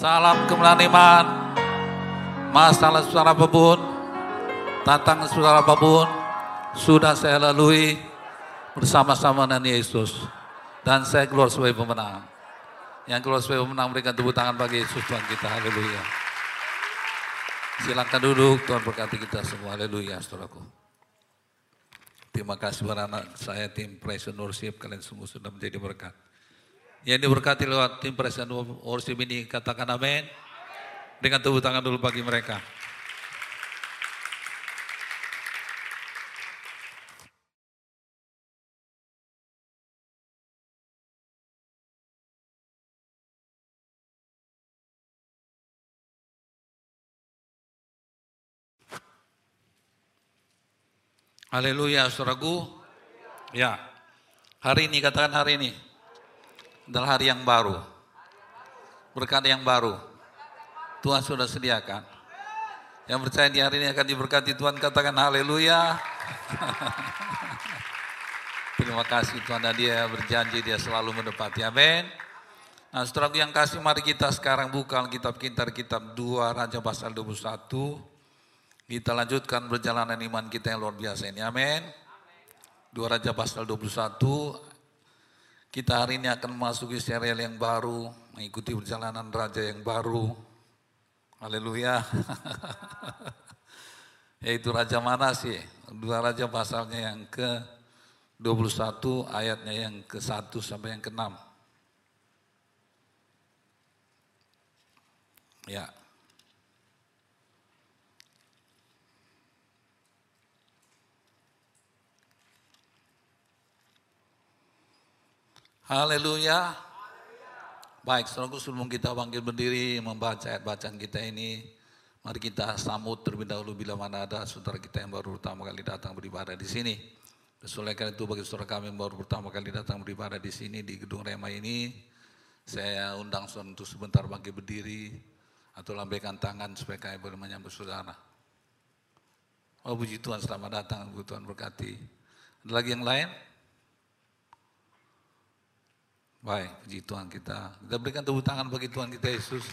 Salam kemuliaan iman. Masalah saudara apapun, tantangan saudara apapun, sudah saya lalui bersama-sama dengan Yesus. Dan saya keluar sebagai pemenang. Yang keluar sebagai pemenang, berikan tepuk tangan bagi Yesus Tuhan kita. Haleluya. Silakan duduk, Tuhan berkati kita semua. Haleluya, saudaraku. Terima kasih kepada anak saya, tim Praise and Worship. Kalian semua sudah menjadi berkat. Yang diberkati lewat tim Praise and Worship ini, katakan amin. Dengan tepuk tangan dulu bagi mereka. Haleluya, saudaraku. Ya, hari ini, katakan hari ini adalah hari yang baru. Berkat yang baru. Tuhan sudah sediakan. Yang percaya di hari ini akan diberkati Tuhan, katakan haleluya. Terima kasih Tuhan, dan Dia berjanji Dia selalu menepati. Amin. Nah, saudaraku yang kasih, mari kita sekarang buka Alkitab kita, kitab 2 Raja pasal 21. Kita lanjutkan perjalanan iman kita yang luar biasa ini. Amin. 2 Raja pasal 21. Kita hari ini akan memasuki serial yang baru, mengikuti perjalanan raja yang baru. Haleluya. Yaitu raja mana sih? 2 Raja pasalnya yang ke-21, ayatnya yang ke-1 sampai yang ke-6. Ya. Haleluya. Baik, saudaraku, sebelum kita bangkit berdiri membaca ayat bacaan kita ini, mari kita sambut terlebih dahulu bila mana ada saudara kita yang baru pertama kali datang beribadah di sini. Oleh karena itu, bagi saudara kami yang baru pertama kali datang beribadah di sini di gedung Rema ini, saya undang saudara untuk sebentar bangkit berdiri atau lambaikan tangan supaya kami boleh menyambut saudara. Oh, puji Tuhan, selamat datang, puji Tuhan berkati. Ada lagi yang lain? Baik, puji Tuhan, kita berikan tepuk tangan bagi Tuhan kita Yesus.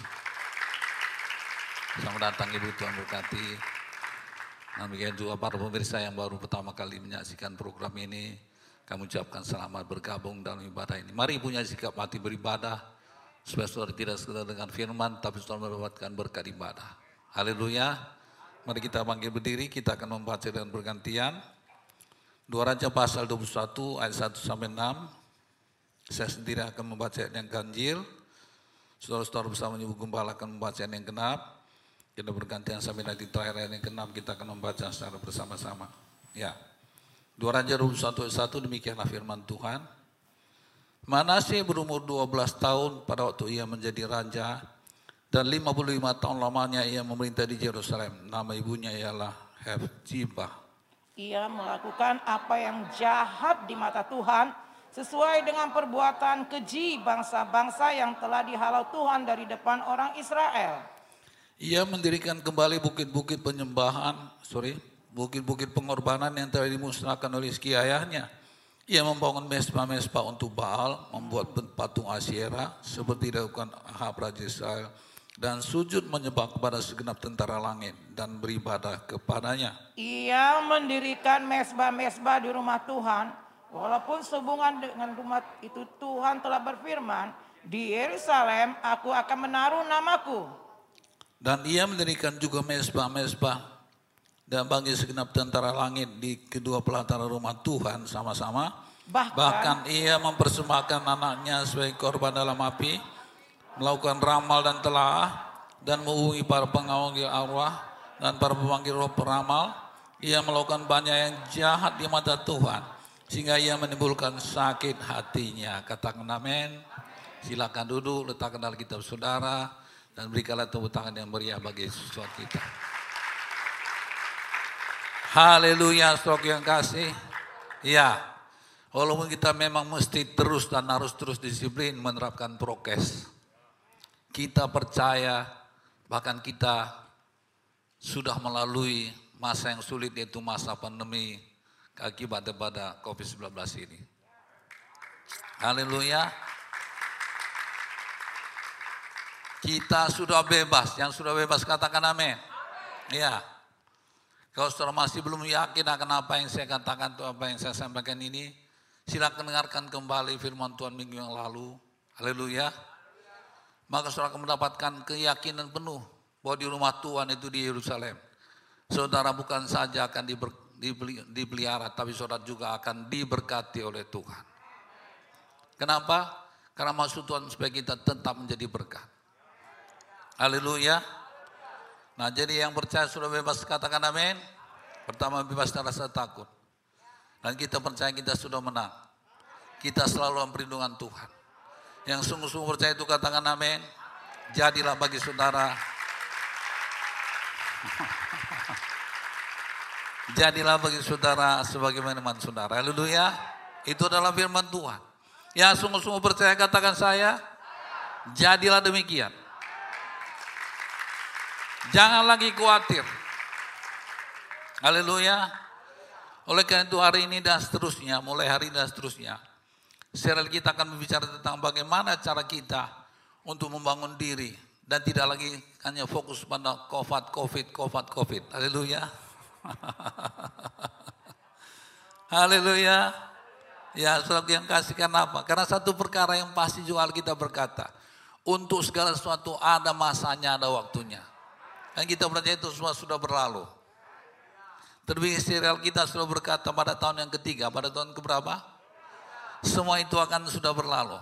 Selamat datang Ibu, Tuhan berkati. Dan demikian juga para pemirsa yang baru pertama kali menyaksikan program ini, kami ucapkan selamat bergabung dalam ibadah ini. Mari punya sikap hati beribadah, supaya saudara tidak sekedar dengan firman, tapi saudara mendapatkan berkat ibadah. Haleluya. Mari kita bangkit berdiri, kita akan membaca dengan bergantian. 2 Raja pasal 21 ayat 1 sampai 6. Saya sendiri akan membaca yang ganjil. Saudara-saudara bersama Ibu Gembala akan membaca yang genap. Kita bergantian sampai nanti terakhir ayat yang genap, kita akan membaca secara bersama-sama. Ya. 2 Raja 21 ayat 1, demikianlah firman Tuhan. Manasye berumur 12 tahun pada waktu ia menjadi raja, dan 55 tahun lamanya ia memerintah di Yerusalem. Nama ibunya ialah Hefzibah. Ia melakukan apa yang jahat di mata Tuhan, sesuai dengan perbuatan keji bangsa-bangsa yang telah dihalau Tuhan dari depan orang Israel. Ia mendirikan kembali bukit-bukit bukit-bukit pengorbanan yang telah dimusnahkan oleh Hizkia ayahnya. Ia membangun mesbah-mesbah untuk Baal, membuat patung Asyera seperti dilakukan Ahab raja Israel, dan sujud menyembah kepada segenap tentara langit dan beribadah kepadanya. Ia mendirikan mesbah-mesbah di rumah Tuhan, walaupun sehubungan dengan rumah itu Tuhan telah berfirman, di Yerusalem aku akan menaruh namaku. Dan ia mendirikan juga mesbah-mesbah dan bagi segenap tentara langit di kedua pelataran rumah Tuhan sama-sama. Bahkan ia mempersembahkan anaknya sebagai korban dalam api, melakukan ramal dan telaah, dan menghubungi para pengawal arwah dan para pemanggil roh peramal. Ia melakukan banyak yang jahat di mata Tuhan, sehingga ia menimbulkan sakit hatinya. Katakan amin. Silakan duduk, letakkan dalam kitab saudara, dan berikanlah tepuk tangan yang meriah bagi Yesus Tuhan kita. Haleluya, saudara yang kasih. Ya, walaupun kita memang mesti terus dan harus terus disiplin menerapkan prokes. Kita percaya, bahkan kita sudah melalui masa yang sulit, yaitu masa pandemi akibat daripada COVID-19 ini. Haleluya. Kita sudah bebas. Yang sudah bebas katakan amin. Ya. Kalau saudara masih belum yakin akan apa yang saya katakan, atau apa yang saya sampaikan ini, silakan dengarkan kembali firman Tuhan minggu yang lalu. Haleluya. Maka saudara akan mendapatkan keyakinan penuh bahwa di rumah Tuhan itu di Yerusalem, saudara bukan saja akan dipelihara, tapi saudara juga akan diberkati oleh Tuhan. Kenapa? Karena maksud Tuhan supaya kita tetap menjadi berkat. Haleluya. Nah, jadi yang percaya sudah bebas katakan amin. Pertama, bebas dari rasa takut. Dan kita percaya kita sudah menang. Kita selalu dalam perlindungan Tuhan. Yang sungguh-sungguh percaya itu katakan amin. Jadilah bagi saudara. Jadilah bagi saudara sebagaimana iman saudara. Haleluya. Itu adalah firman Tuhan. Yang sungguh-sungguh percaya katakan saya. Jadilah demikian. Jangan lagi khawatir. Haleluya. Oleh karena itu hari ini dan seterusnya, mulai hari ini dan seterusnya, serial kita akan berbicara tentang bagaimana cara kita untuk membangun diri dan tidak lagi hanya fokus pada COVID. Haleluya. Haleluya. Ya, saudara yang kasih, karena apa? Karena satu perkara yang pasti juga kita berkata, untuk segala sesuatu ada masanya, ada waktunya. Dan kita percaya itu semua sudah berlalu. Terlebih serial kita sudah berkata pada tahun yang ketiga, pada tahun keberapa? Semua itu akan sudah berlalu.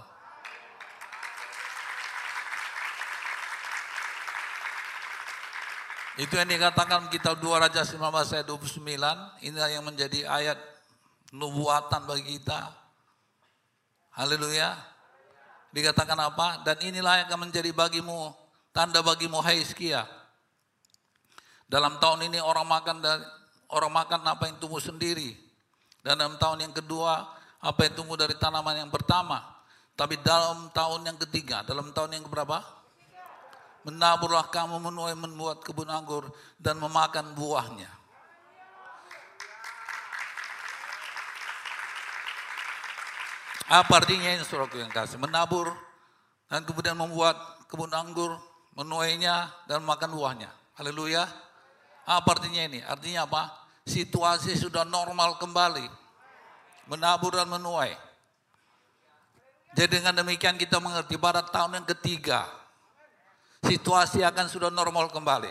Itu yang dikatakan kitab 2 Raja 19 ayat 29. Inilah yang menjadi ayat nubuatan bagi kita. Haleluya. Dikatakan apa? Dan inilah yang akan menjadi bagimu, tanda bagimu hai Hizkia. Dalam tahun ini orang makan apa yang tumbuh sendiri. Dan dalam tahun yang kedua apa yang tumbuh dari tanaman yang pertama. Tapi dalam tahun yang ketiga, dalam tahun yang keberapa? Menaburlah kamu menuai membuat kebun anggur dan memakan buahnya. Apa artinya ini saudaraku yang kasih? Menabur dan kemudian membuat kebun anggur, menuainya dan makan buahnya. Haleluya. Apa artinya ini? Artinya apa? Situasi sudah normal kembali. Menabur dan menuai. Jadi dengan demikian kita mengerti pada tahun yang ketiga, situasi akan sudah normal kembali.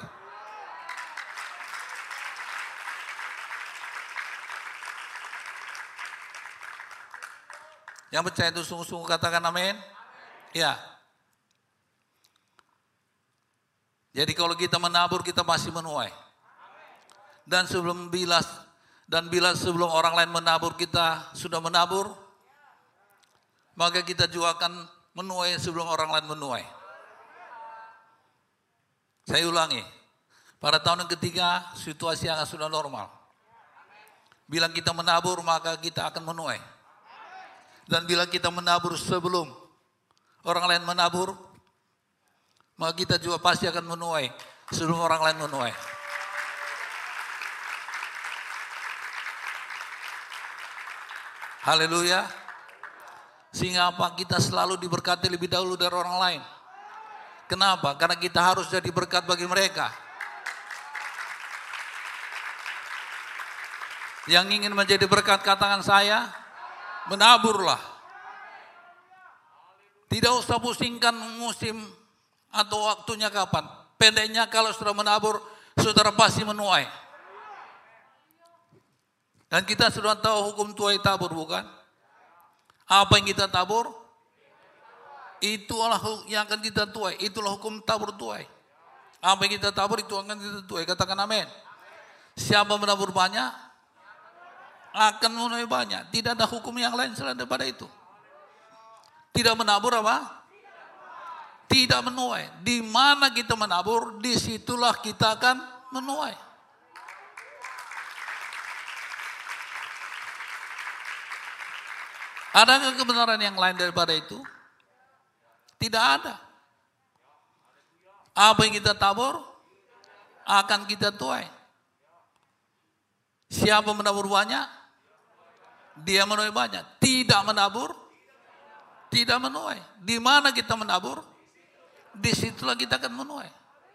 Yang percaya itu sungguh-sungguh katakan amin. Ya. Jadi kalau kita menabur kita masih menuai. Dan bila sebelum orang lain menabur kita sudah menabur, maka kita juga akan menuai sebelum orang lain menuai. Saya ulangi, pada tahun yang ketiga situasi akan sudah normal. Bila kita menabur maka kita akan menuai. Dan bila kita menabur sebelum orang lain menabur, maka kita juga pasti akan menuai sebelum orang lain menuai. Haleluya. Sehingga apa? Kita selalu diberkati lebih dahulu dari orang lain. Kenapa? Karena kita harus jadi berkat bagi mereka. Yang ingin menjadi berkat katakan saya, menaburlah. Tidak usah pusingkan musim atau waktunya kapan. Pendeknya kalau sudah menabur, saudara pasti menuai. Dan kita sudah tahu hukum tuai tabur, bukan? Apa yang kita tabur? Itulah yang akan kita tuai. Itulah hukum tabur tuai. Apa yang kita tabur itu akan kita tuai. Katakan amin. Siapa menabur banyak akan menuai banyak. Tidak ada hukum yang lain selain daripada itu. Tidak menabur apa? Tidak menuai. Di mana kita menabur, disitulah kita akan menuai. Adakah kebenaran yang lain daripada itu? Tidak ada. Apa yang kita tabur akan kita tuai. Siapa menabur banyak, dia menuai banyak. Tidak menabur, tidak menuai. Di mana kita menabur, disitulah kita akan menuai.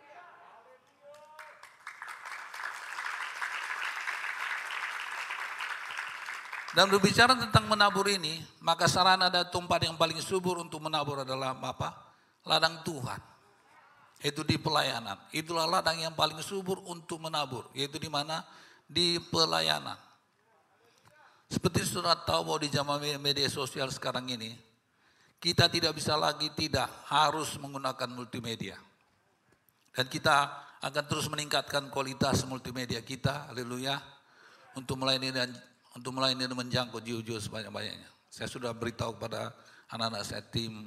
Dan berbicara tentang menabur ini, maka sarana dan tempat yang paling subur untuk menabur adalah apa? Ladang Tuhan. Itu di pelayanan. Itulah ladang yang paling subur untuk menabur. Yaitu di mana? Di pelayanan. Seperti saudara tahu bahwa di zaman media sosial sekarang ini, kita tidak bisa lagi harus menggunakan multimedia. Dan kita akan terus meningkatkan kualitas multimedia kita, haleluya, untuk melayani dan menjangkau jiwa-jiwa sebanyak-banyaknya. Saya sudah beritahu kepada anak-anak saya tim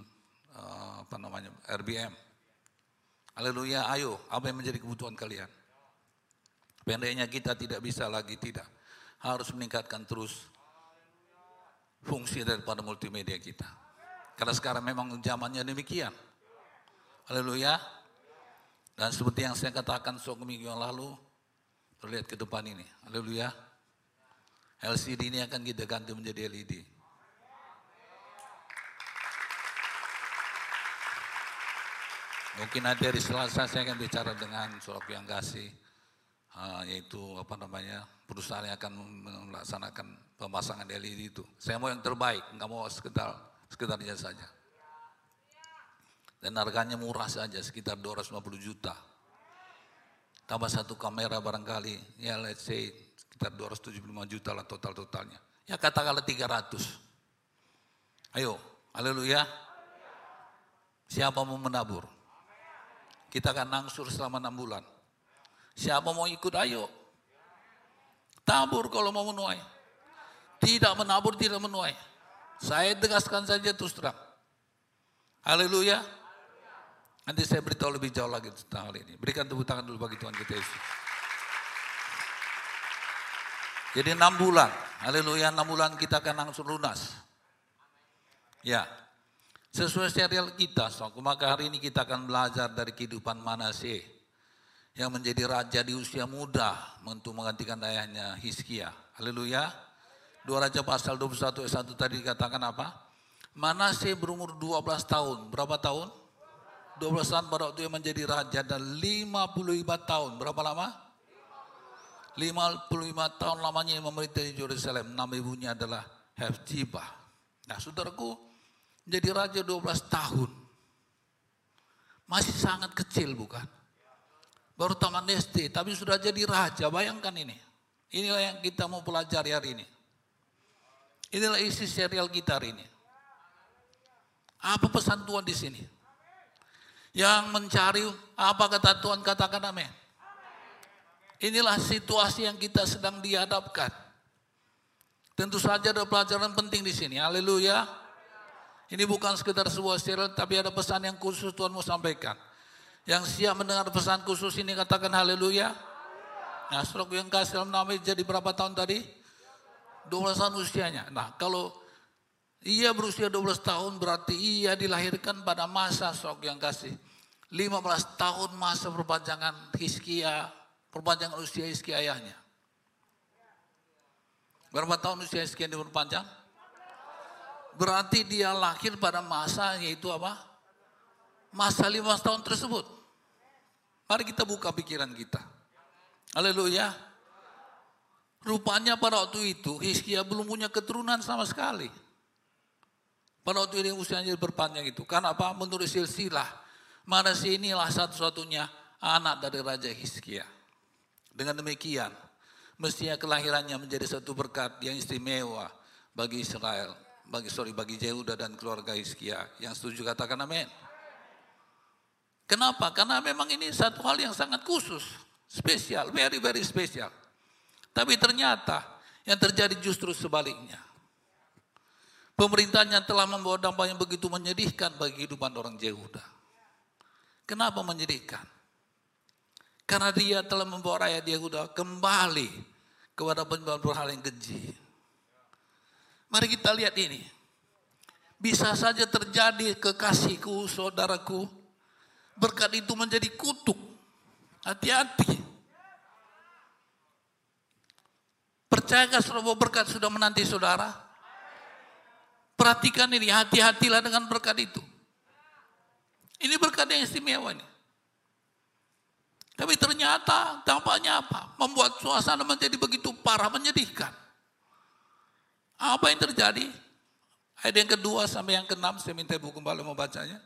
RBM. Haleluya, ayo, apa yang menjadi kebutuhan kalian? Pendeknya kita tidak bisa lagi harus meningkatkan terus fungsi daripada multimedia kita. Karena sekarang memang zamannya demikian. Haleluya. Dan seperti yang saya katakan minggu yang lalu, terlihat ke depan ini. Haleluya. LCD ini akan kita ganti menjadi LED. Mungkin nanti hari Selasa saya akan bicara dengan saudara yang kasih, yaitu perusahaan yang akan melaksanakan pemasangan LED itu. Saya mau yang terbaik, nggak mau sekedarnya saja. Dan harganya murah saja, sekitar 250 juta. Tambah satu kamera barangkali, ya let's say sekitar 275 juta lah totalnya. Ya katakanlah 300. Ayo, haleluya. Siapa mau menabur? Kita akan nangsur selama 6 bulan. Siapa mau ikut, ayo. Tabur kalau mau menuai. Tidak menabur, tidak menuai. Saya tegaskan saja terus terang. Haleluya. Nanti saya beritahu lebih jauh lagi tentang hal ini. Berikan tepuk tangan dulu bagi Tuhan kita Yesus. Jadi 6 bulan. Haleluya, 6 bulan kita akan langsung lunas. Ya. Sesuai serial kita, maka hari ini kita akan belajar dari kehidupan Manasye yang menjadi raja di usia muda untuk menggantikan ayahnya Hizkia. Haleluya. 2 Raja pasal 21 ayat 1 tadi dikatakan apa? Manasye berumur 12 tahun. Berapa tahun? 12 tahun pada waktu dia menjadi raja dan 55 tahun. Berapa lama? 55 tahun lamanya memerintah Yerusalem. Nama ibunya adalah Hefzibah. Nah saudaraku, jadi raja 12 tahun. Masih sangat kecil bukan? Baru taman SD, tapi sudah jadi raja. Bayangkan ini. Inilah yang kita mau pelajari hari ini. Inilah isi serial kita hari ini. Apa pesan Tuhan di sini? Yang mencari apa kata Tuhan, katakan amin. Inilah situasi yang kita sedang dihadapkan. Tentu saja ada pelajaran penting di sini. Haleluya. Ini bukan sekedar sebuah serial, tapi ada pesan yang khusus Tuhan mau sampaikan. Yang siap mendengar pesan khusus ini katakan haleluya. Nah, saudaraku yang kasih dalam nama jadi berapa tahun tadi? 12 tahun usianya. Nah, kalau ia berusia 12 tahun berarti ia dilahirkan pada masa saudaraku yang kasih 15 tahun masa perpanjangan Hizkia, perpanjangan usia Hizkia ayahnya. Berapa tahun usia Hizkia diperpanjang? Berarti dia lahir pada masa yaitu apa? Masa 15 tahun tersebut. Mari kita buka pikiran kita. Haleluya. Rupanya pada waktu itu Hizkia belum punya keturunan sama sekali. Pada waktu ini usianya berpanjang itu. Karena apa? Menurut silsilah, Manasye inilah satu-satunya anak dari Raja Hizkia. Dengan demikian, mestinya kelahirannya menjadi satu berkat yang istimewa bagi Israel. Bagi Yehuda dan keluarga Hizkia. Yang setuju katakan amin. Kenapa? Karena memang ini satu hal yang sangat khusus. Spesial, very very spesial. Tapi ternyata yang terjadi justru sebaliknya. Pemerintahnya telah membawa dampak yang begitu menyedihkan bagi kehidupan orang Yehuda. Kenapa menyedihkan? Karena dia telah membawa rakyat Yehuda kembali kepada penyembah berhala yang keji. Mari kita lihat ini. Bisa saja terjadi kekasihku, saudaraku. Berkat itu menjadi kutuk. Hati-hati. Percayakah saudara bahwa berkat sudah menanti saudara? Perhatikan ini, hati-hatilah dengan berkat itu. Ini berkat yang istimewa ini. Tapi ternyata dampaknya apa? Membuat suasana menjadi begitu parah, menyedihkan. Apa yang terjadi? Ayat yang kedua sampai yang keenam, saya minta Ibu Gembala membacanya.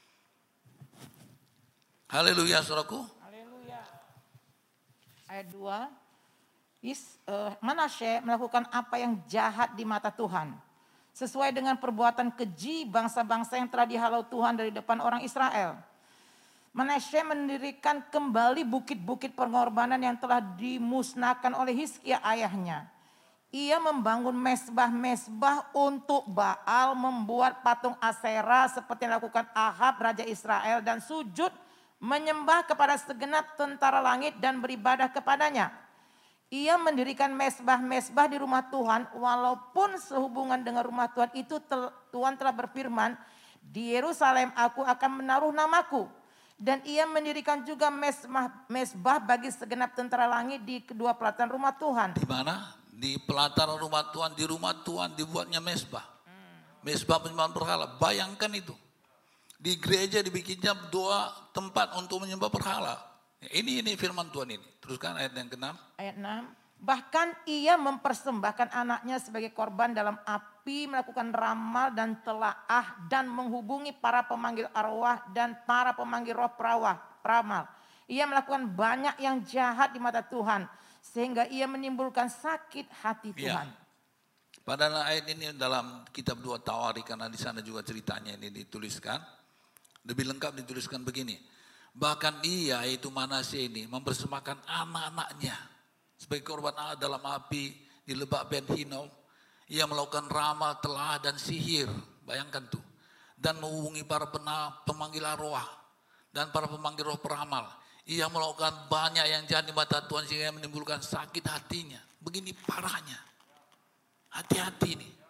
Haleluya, saudaraku. Haleluya. Ayat 2. Manasye melakukan apa yang jahat di mata Tuhan, sesuai dengan perbuatan keji bangsa-bangsa yang telah dihalau Tuhan dari depan orang Israel. Manasye mendirikan kembali bukit-bukit pengorbanan yang telah dimusnahkan oleh Hizkia ayahnya. Ia membangun mesbah-mesbah untuk Baal, membuat patung Aserah seperti yang dilakukan Ahab raja Israel, dan sujud menyembah kepada segenap tentara langit dan beribadah kepadanya. Ia mendirikan mesbah-mesbah di rumah Tuhan, walaupun sehubungan dengan rumah Tuhan itu Tuhan telah berfirman, di Yerusalem aku akan menaruh namaku. Dan ia mendirikan juga mesbah bagi segenap tentara langit di kedua pelataran rumah Tuhan. Di mana? Di pelataran rumah Tuhan, di rumah Tuhan dibuatnya mesbah. Mesbah penyembahan berhala, bayangkan itu. Di gereja dibikinnya 2 tempat untuk menyembah berhala. Ini firman Tuhan ini. Teruskan ayat yang ke-6. Ayat 6. Bahkan ia mempersembahkan anaknya sebagai korban dalam api, melakukan ramal dan telaah, dan menghubungi para pemanggil arwah dan para pemanggil roh peramal. Ia melakukan banyak yang jahat di mata Tuhan, sehingga ia menimbulkan sakit hati Tuhan. Ya. Padahal ayat ini dalam kitab 2 Tawari, karena di sana juga ceritanya ini dituliskan. Lebih lengkap dituliskan begini. Bahkan ia, yaitu Manasye ini, mempersembahkan anak-anaknya sebagai korban Allah dalam api di Lebak Ben Hinnom. Ia melakukan ramal, telah dan sihir. Bayangkan tuh. Dan menghubungi para pemanggil arwah dan para pemanggil roh peramal. Ia melakukan banyak yang jahat di mata Tuhan sehingga menimbulkan sakit hatinya. Begini parahnya. Hati-hati nih.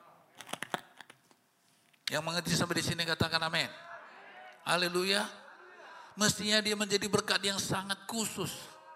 Yang mengerti sampai di sini katakan amin. Haleluya. Mestinya dia menjadi berkat yang sangat khusus.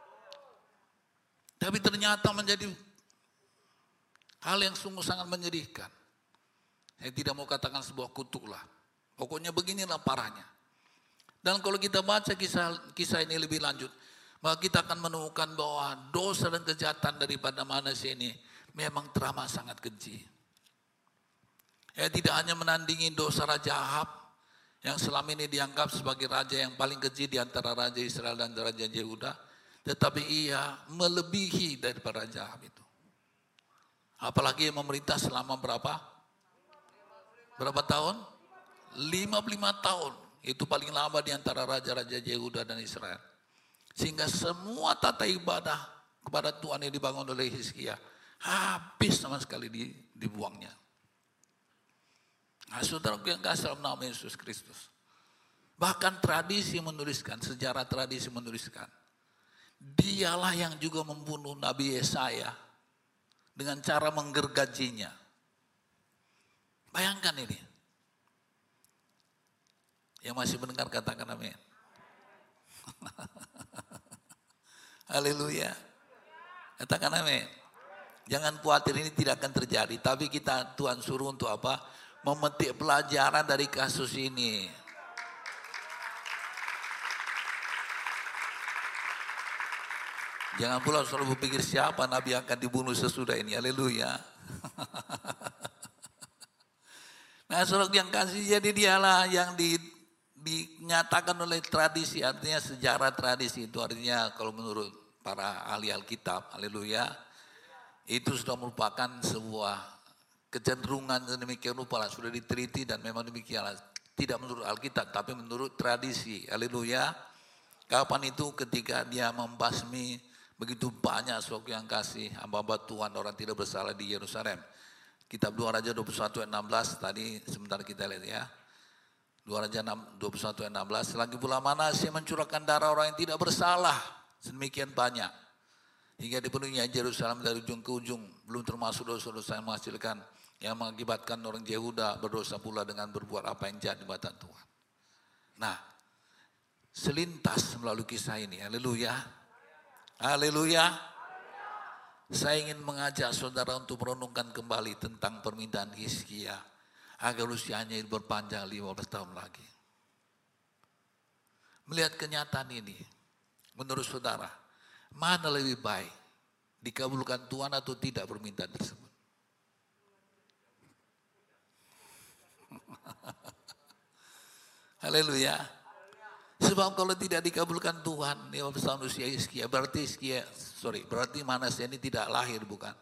Tapi ternyata menjadi hal yang sungguh sangat menyedihkan. Saya tidak mau katakan sebuah kutuk lah. Pokoknya beginilah parahnya. Dan kalau kita baca kisah ini lebih lanjut, maka kita akan menemukan bahwa dosa dan kejahatan daripada Manasye ini memang teramat sangat keji. Ya, tidak hanya menandingi dosa Raja Ahab yang selama ini dianggap sebagai raja yang paling keji di antara Raja Israel dan Raja Yehuda. Tetapi ia melebihi daripada Raja Ahab itu. Apalagi memerintah selama berapa? Berapa tahun? 55 tahun. Itu paling lama di antara raja-raja Yehuda dan Israel. Sehingga semua tata ibadah kepada Tuhan yang dibangun oleh Hizkia habis sama sekali dibuangnya. Nah, saudaraku yang kasih dalam nama Yesus Kristus. Bahkan tradisi menuliskan, sejarah tradisi menuliskan, dialah yang juga membunuh Nabi Yesaya dengan cara menggergajinya. Bayangkan ini. Yang masih mendengar katakan amin. Haleluya. Katakan amin. Jangan khawatir, ini tidak akan terjadi. Tapi Tuhan suruh untuk apa? Memetik pelajaran dari kasus ini. Jangan pula selalu berpikir siapa Nabi akan dibunuh sesudah ini. Haleluya. Nah, saudara yang kasih, jadi dialah yang dinyatakan oleh tradisi, artinya sejarah tradisi itu artinya kalau menurut para ahli Alkitab, haleluya, itu sudah merupakan sebuah kecenderungan demikian rupa lah, sudah diteliti dan memang demikianlah. Tidak menurut Alkitab, tapi menurut tradisi, haleluya. Kapan itu? Ketika dia membasmi begitu banyak suatu yang kasih hamba-hamba Tuhan, orang tidak bersalah di Yerusalem. Kitab 2 Raja 21 ayat 16 tadi sebentar kita lihat ya. 2 Raja 21 ayat 16. Lagi pula Manasye mencurahkan darah orang yang tidak bersalah sedemikian banyak, hingga dipenuhinya Yerusalem dari ujung ke ujung. Belum termasuk dosa-dosa yang menghasilkan, yang mengakibatkan orang Yehuda berdosa pula dengan berbuat apa yang jahat di mata Tuhan. Nah, selintas melalui kisah ini, haleluya. Haleluya. Saya ingin mengajak saudara untuk merenungkan kembali tentang permintaan Hizkia agar usianya berpanjang 15 tahun lagi. Melihat kenyataan ini, menurut saudara, mana lebih baik? Dikabulkan Tuhan atau tidak permintaan tersebut? Haleluya. Sebab kalau tidak dikabulkan Tuhan, 15 tahun usia Hizkia, berarti Manasya ini tidak lahir, bukan?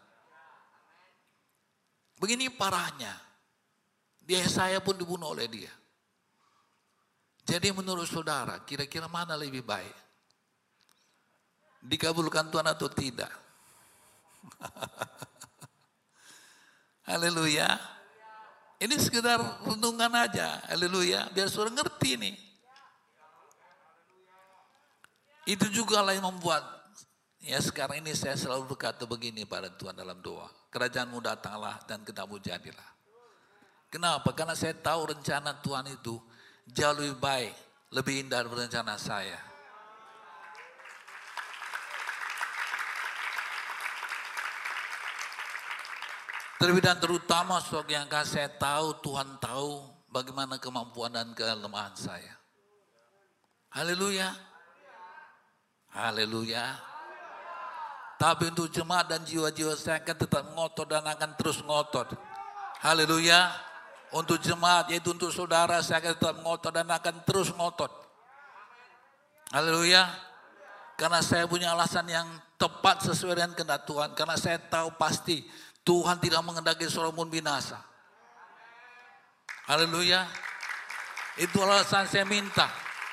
Begini parahnya, Yesaya pun dibunuh oleh dia. Jadi menurut saudara, kira-kira mana lebih baik? Dikabulkan Tuhan atau tidak? Haleluya. Ini sekedar renungan aja, haleluya. Biar saudara ngerti nih. Itu juga lah yang membuat, ya sekarang ini saya selalu berkata begini pada Tuhan dalam doa. Kerajaanmu datanglah dan kehendakmu jadilah. Kenapa? Karena saya tahu rencana Tuhan itu jauh lebih baik, lebih indah dari rencana saya. Terlebih dan terutama yang saya tahu, Tuhan tahu bagaimana kemampuan dan kelemahan saya. Haleluya. Haleluya. Tapi untuk jemaat dan jiwa-jiwa saya akan tetap ngotot dan akan terus ngotot. Haleluya. Untuk jemaat, yaitu untuk saudara, saya akan tetap ngotot dan akan terus ngotot. Haleluya. Karena saya punya alasan yang tepat sesuai dengan kehendak Tuhan. Karena saya tahu pasti Tuhan tidak mengendaki seorang pun binasa. Haleluya. Itu alasan saya minta.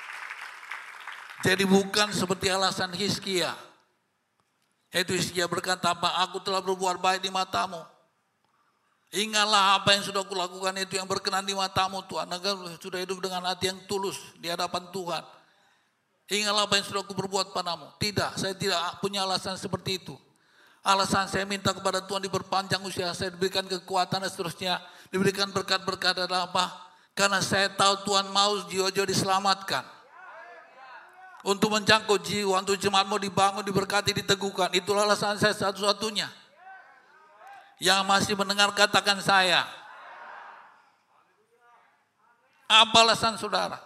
Jadi bukan seperti alasan Hizkia. Yaitu Hizkia berkata apa? Aku telah berbuat baik di matamu. Ingatlah apa yang sudah kulakukan itu yang berkenan di matamu Tuhan. Agar sudah hidup dengan hati yang tulus di hadapan Tuhan. Ingatlah apa yang sudah kuperbuat padamu. Tidak, saya tidak punya alasan seperti itu. Alasan saya minta kepada Tuhan diperpanjang usia saya, diberikan kekuatan dan seterusnya. Diberikan berkat-berkat adalah apa? Karena saya tahu Tuhan mau jiwa-jiwa diselamatkan. Untuk menjangkau jiwa, untuk jemaatmu dibangun, diberkati, diteguhkan. Itulah alasan saya satu-satunya. Yang masih mendengar katakan saya. Apa alasan saudara?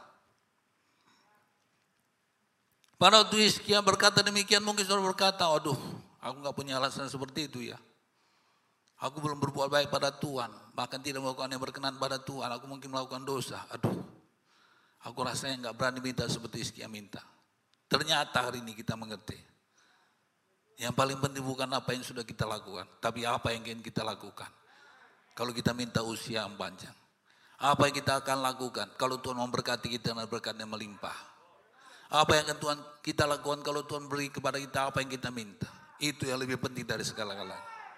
Pada waktu Hizkia berkata demikian, mungkin saudara berkata, aduh, aku gak punya alasan seperti itu ya. Aku belum berbuat baik pada Tuhan. Bahkan tidak melakukan yang berkenan pada Tuhan. Aku mungkin melakukan dosa. Aduh, aku rasanya gak berani minta seperti Hizkia minta. Ternyata hari ini kita mengerti. Yang paling penting bukan apa yang sudah kita lakukan. Tapi apa yang ingin kita lakukan. Kalau kita minta usia yang panjang. Apa yang kita akan lakukan. Kalau Tuhan memberkati kita dan berkatnya melimpah. Apa yang akan Tuhan kita lakukan kalau Tuhan beri kepada kita apa yang kita minta. Itu yang lebih penting dari segala-galanya.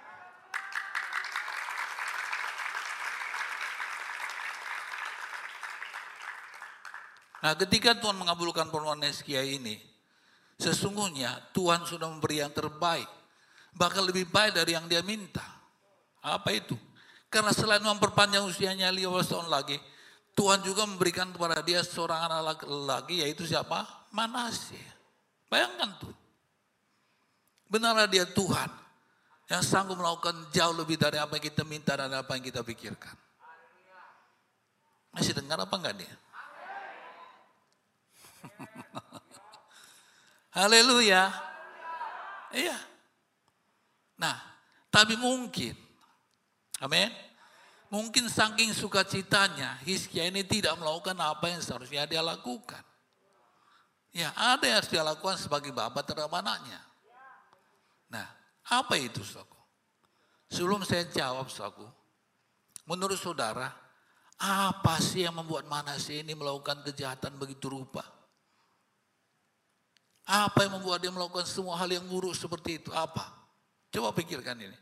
Nah, ketika Tuhan mengabulkan permohonan Hizkia ini, sesungguhnya Tuhan sudah memberi yang terbaik. Bahkan lebih baik dari yang dia minta. Apa itu? Karena selain memperpanjang usianya 15 tahun lagi, Tuhan juga memberikan kepada dia seorang anak lagi, yaitu siapa? Manasye. Bayangkan tuh. Benarlah dia Tuhan yang sanggup melakukan jauh lebih dari apa yang kita minta dan apa yang kita pikirkan. Masih dengar apa enggak dia? Haleluya. Iya. Nah, tapi mungkin, amin. Mungkin saking sukacitanya, Hizkia ini tidak melakukan apa yang seharusnya dia lakukan. Ya, ada yang harus dia lakukan sebagai bapak terhadap anaknya. Nah, apa itu, saudaraku? Sebelum saya jawab, saudaraku, menurut saudara, apa sih yang membuat Manasye ini melakukan kejahatan begitu rupa? Apa yang membuat dia melakukan semua hal yang buruk seperti itu? Apa? Coba pikirkan ini.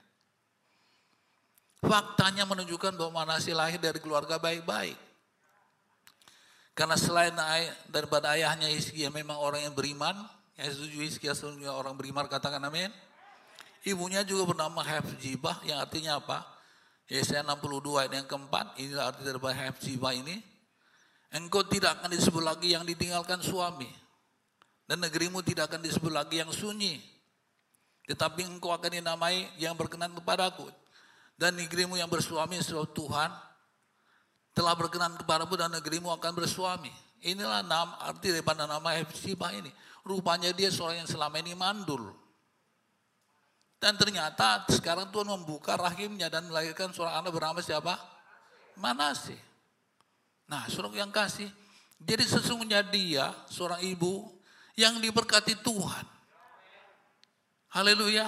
Faktanya menunjukkan bahwa Manasye lahir dari keluarga baik-baik. Karena selain daripada ayahnya Hizkia memang orang yang beriman, yang setuju Hizkia sesungguhnya orang beriman, katakan amin. Ibunya juga bernama Hepzibah, yang artinya apa? Yesaya 62 ayat yang keempat, inilah arti daripada Hepzibah ini. Engkau tidak akan disebut lagi yang ditinggalkan suami. Dan negerimu tidak akan disebut lagi yang sunyi. Tetapi engkau akan dinamai yang berkenan kepadaku. Dan negerimu yang bersuami sebab Tuhan telah berkenan kepadamu dan negerimu akan bersuami. Inilah arti daripada nama Hepzibah ini. Rupanya dia seorang yang selama ini mandul. Dan ternyata sekarang Tuhan membuka rahimnya dan melahirkan seorang anak bernama siapa? Manasye. Nah, saudara yang kasih, jadi sesungguhnya dia seorang ibu yang diberkati Tuhan. Haleluya.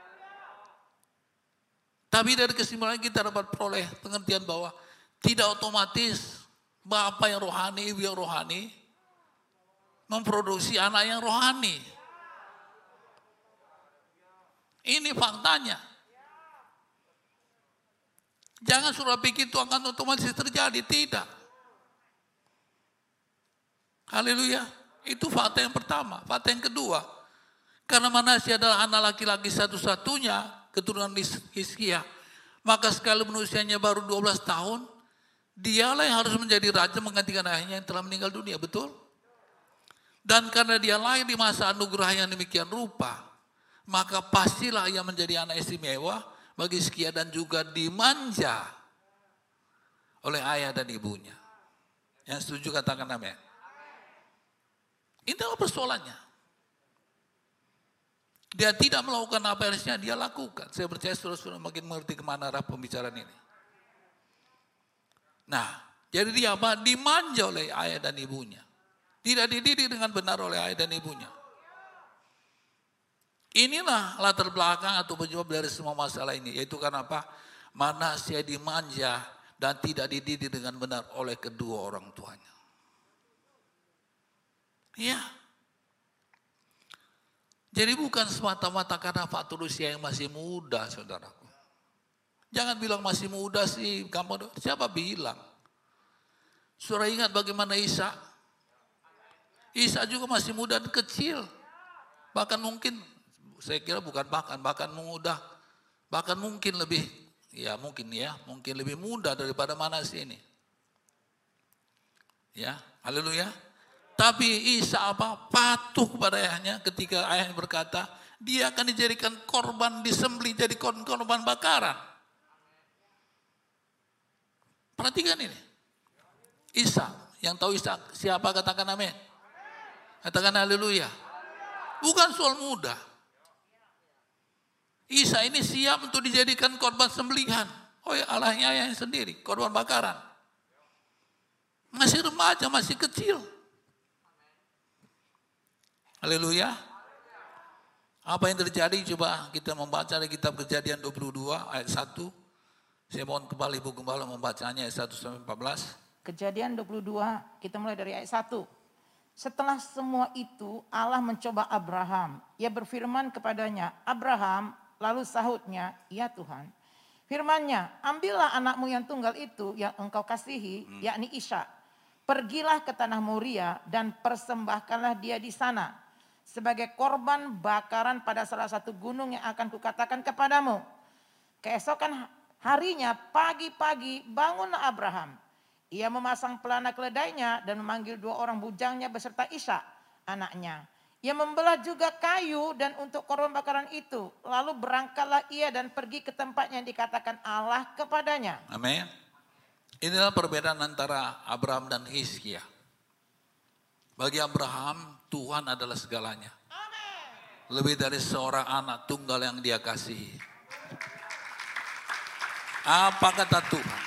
Tapi dari kesimpulan kita dapat peroleh pengertian bahwa tidak otomatis bapak yang rohani, ibu yang rohani memproduksi anak yang rohani. Ini faktanya. Jangan suruh pikir itu akan otomatis terjadi, tidak. Haleluya. Itu fakta yang pertama. Fakta yang kedua, karena Manasye adalah anak laki-laki satu-satunya keturunan Hizkia, maka sekalipun usianya baru 12 tahun, dialah yang harus menjadi raja menggantikan ayahnya yang telah meninggal dunia, betul? Dan karena dia lahir di masa anugerah yang demikian rupa, maka pastilah ia menjadi anak istimewa bagi Hizkia dan juga dimanja oleh ayah dan ibunya. Yang setuju katakan amin. Ini adalah persoalannya. Dia tidak melakukan apa yang harusnya dia lakukan. Saya percaya saudara-saudara makin mengerti kemana arah pembicaraan ini. Nah, jadi dia apa? Dimanja oleh ayah dan ibunya. Tidak dididik dengan benar oleh ayah dan ibunya. Inilah latar belakang atau penyebab dari semua masalah ini. Yaitu karena apa? Manasye dimanja dan tidak dididik dengan benar oleh kedua orang tuanya. Ya. Jadi bukan semata-mata karena faktor usia yang masih muda, saudaraku. Jangan bilang masih muda sih, kamu siapa bilang? Saudara ingat bagaimana Isa? Isa juga masih muda dan kecil. Bahkan mungkin, saya kira bahkan muda. Bahkan mungkin lebih, mungkin lebih muda daripada Manasye ini. Ya, haleluya. Tapi Isa patuh kepada ayahnya ketika ayahnya berkata, dia akan dijadikan korban disembelih jadi korban bakaran. Perhatikan ini. Isa, yang tahu Isa siapa katakan amin. Katakan haleluya. Bukan soal mudah. Isa ini siap untuk dijadikan korban sembelihan. Oh ya, ayahnya sendiri, korban bakaran. Masih remaja, masih kecil. Haleluya. Apa yang terjadi? Coba kita membaca dari kitab Kejadian 22 ayat 1. Saya mohon kembali Ibu Gembala membacanya ayat 1 sampai 14. Kejadian 22, kita mulai dari ayat 1. Setelah semua itu Allah mencoba Abraham. Ia berfirman kepadanya, Abraham, lalu sahutnya, ya Tuhan. Firman-Nya, ambillah anakmu yang tunggal itu yang engkau kasihi, yakni Ishak. Pergilah ke tanah Moria dan persembahkanlah dia di sana sebagai korban bakaran pada salah satu gunung yang akan kukatakan kepadamu. Keesokan harinya pagi-pagi bangunlah Abraham. Ia memasang pelana keledainya dan memanggil 2 orang bujangnya beserta Ishak anaknya. Ia membelah juga kayu dan untuk korban bakaran itu. Lalu berangkatlah ia dan pergi ke tempat yang dikatakan Allah kepadanya. Amin. Inilah perbedaan antara Abraham dan Hizkia. Bagi Abraham, Tuhan adalah segalanya. Amen. Lebih dari seorang anak tunggal yang dia kasihi. Apa kata Tuhan?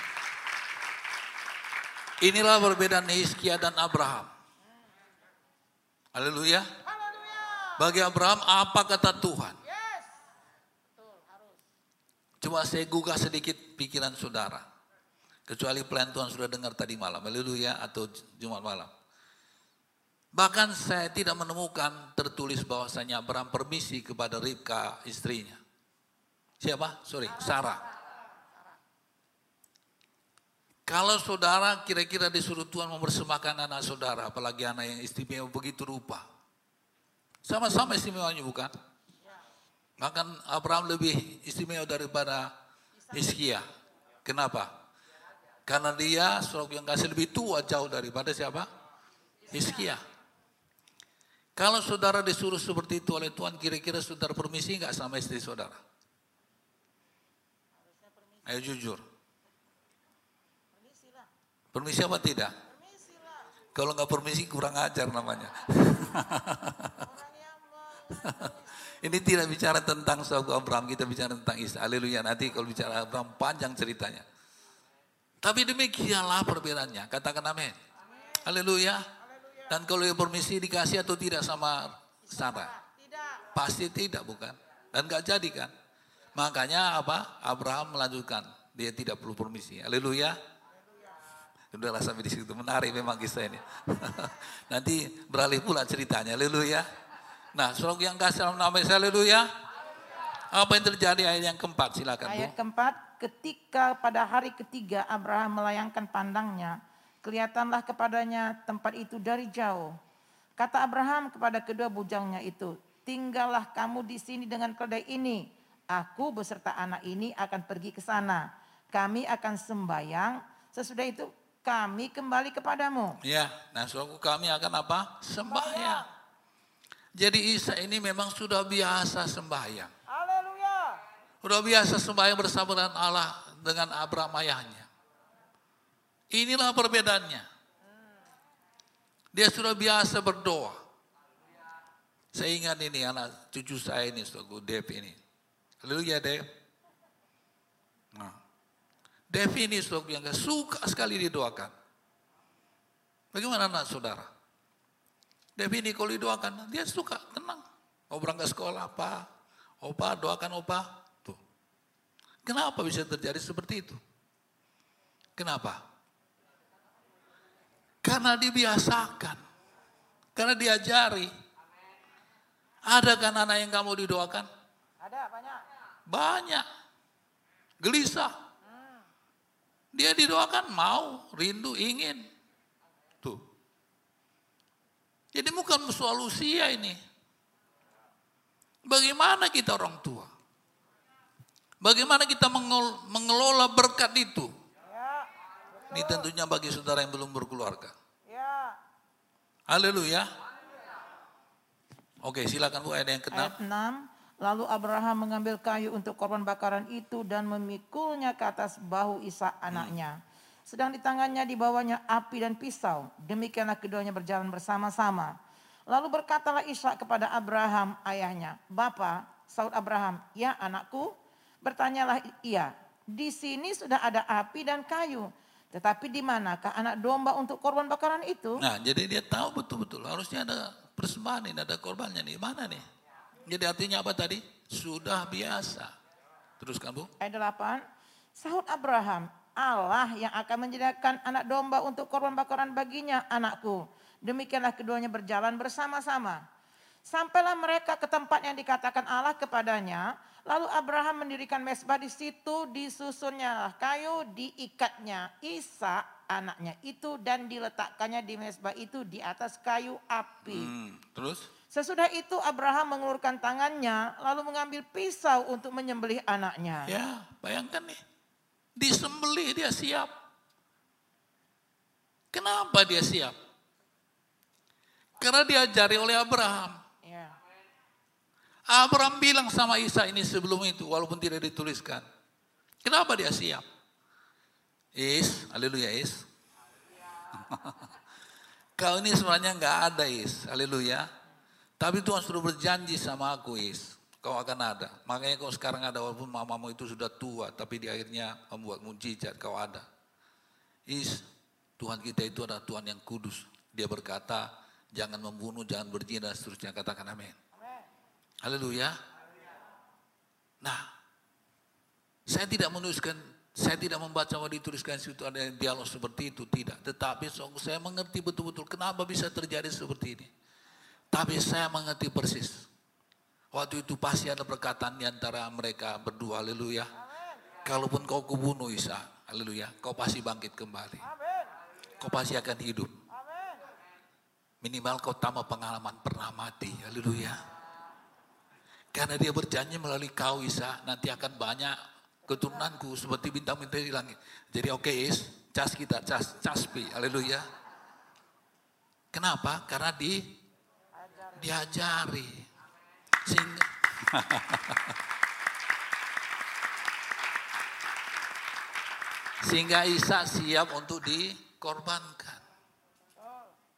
Inilah perbedaan Hizkia dan Abraham. Haleluya. Bagi Abraham, apa kata Tuhan? Coba saya gugah sedikit pikiran saudara. Kecuali pelayan Tuhan sudah dengar tadi malam. Haleluya, atau Jumat malam. Bahkan saya tidak menemukan tertulis bahwasanya Abraham permisi kepada Ribka istrinya. Siapa? Sarah. Kalau saudara kira-kira disuruh Tuhan mempersembahkan anak saudara, apalagi anak yang istimewa begitu rupa. Sama-sama istimewanya bukan? Bahkan Abraham lebih istimewa daripada Hizkia. Kenapa? Karena dia seorang yang kasih lebih tua jauh daripada siapa? Hizkia. Kalau saudara disuruh seperti itu oleh Tuhan, kira-kira saudara permisi enggak sama istri saudara? Ayo jujur. Permisi apa tidak? Kalau nggak permisi kurang ajar namanya. Ini tidak bicara tentang suku Abraham, kita bicara tentang Isa. Haleluya. Nanti kalau bicara Abraham panjang ceritanya. Tapi demikianlah perbedaannya. Katakan amin. Haleluya. Dan kalau yang permisi dikasih atau tidak sama Sarah? Pasti tidak, bukan? Dan gak jadi kan? Makanya apa? Abraham melanjutkan. Dia tidak perlu permisi. Haleluya. Udah sampai di situ. Menarik memang kisah ini. Nanti beralih pula ceritanya. Haleluya. Nah, saudara yang kasih dalam nama Yesus, haleluya. Apa yang terjadi ayat yang keempat? Silakan, Bu. Ayat keempat, ketika pada hari ketiga Abraham melayangkan pandangnya, kelihatanlah kepadanya tempat itu dari jauh. Kata Abraham kepada kedua bujangnya itu, tinggallah kamu di sini dengan keledai ini. Aku beserta anak ini akan pergi ke sana. Kami akan sembahyang. Sesudah itu kami kembali kepadamu. Ya, nah saudaraku, kami akan apa? Sembahyang. Jadi Isa ini memang sudah biasa sembahyang. Haleluya. Sudah biasa sembahyang bersama dengan Allah, dengan Abraham ayahnya. Inilah perbedaannya. Dia sudah biasa berdoa. Saya ingat ini anak cucu saya ini, saudaraku, Dev ini. Haleluya, Dev. Nah, Dev ini saudaraku yang suka sekali didoakan. Bagaimana anak saudara? Dev ini kalau didoakan, dia suka, tenang. Mau berangkat sekolah apa? Opa, doakan opa. Tuh. Kenapa bisa terjadi seperti itu? Kenapa? Karena dibiasakan. Karena diajari. Ada kan anak yang kamu didoakan? Ada banyak. Banyak. Gelisah. Dia didoakan mau, rindu, ingin. Tuh. Jadi bukan soal usia ini. Bagaimana kita orang tua? Bagaimana kita mengelola berkat itu? Ya, Ini tentunya bagi saudara yang belum berkeluarga. ya. Haleluya. Oke, silakan Bu, ayat yang ke-6. Ayat 6. Lalu Abraham mengambil kayu untuk korban bakaran itu dan memikulnya ke atas bahu Ishak anaknya. Sedang di tangannya dibawanya api dan pisau. Demikianlah keduanya berjalan bersama-sama. Lalu berkatalah Ishak kepada Abraham ayahnya, "Bapa," saud Abraham, "Ya anakku." Bertanyalah ia, "Di sini sudah ada api dan kayu. Tetapi di manakah anak domba untuk korban bakaran itu?" Nah, jadi dia tahu betul-betul harusnya ada persembahan ini, ada korbannya nih. Mana nih? Jadi artinya apa tadi? Sudah biasa. Teruskan Bu. Ayat 8. Sahut Abraham, "Allah yang akan menyediakan anak domba untuk korban bakaran baginya, anakku." Demikianlah keduanya berjalan bersama-sama. Sampailah mereka ke tempat yang dikatakan Allah kepadanya. Lalu Abraham mendirikan mezbah di situ, disusunnya kayu, diikatnya Ishak anaknya itu dan diletakkannya di mezbah itu di atas kayu api. Terus? Sesudah itu Abraham mengulurkan tangannya lalu mengambil pisau untuk menyembelih anaknya. Ya, bayangkan nih. Disembelih dia siap. Kenapa dia siap? Karena diajari oleh Abraham. Ya. Abraham bilang sama Ishak ini sebelum itu, walaupun tidak dituliskan. Kenapa dia siap? Haleluya Is. Kau ini sebenarnya nggak ada Is, haleluya. Tapi Tuhan sudah berjanji sama aku Is, kau akan ada. Makanya kau sekarang ada walaupun mamamu itu sudah tua, tapi di akhirnya membuat mujizat kau ada. Is, Tuhan kita itu adalah Tuhan yang kudus. Dia berkata, jangan membunuh, jangan berzina, dan seterusnya. Katakan amin. Haleluya. Nah, saya tidak menuliskan, saya tidak membaca bahwa dituliskan situ ada dialog seperti itu, tidak. Tetapi saya mengerti betul-betul kenapa bisa terjadi seperti ini. Tapi saya mengerti persis. Waktu itu pasti ada perkataan di antara mereka berdua, haleluya. Kalaupun kau kubunuh Ishak, haleluya, kau pasti bangkit kembali. Kau pasti akan hidup. Minimal kau tambah pengalaman pernah mati, haleluya. Karena dia berjanji melalui kau Ishak, nanti akan banyak keturunanku seperti bintang-bintang di langit. Jadi oke Is, cas kita, caspi, haleluya. Kenapa? Karena diajari. Sehingga Ishak siap untuk dikorbankan.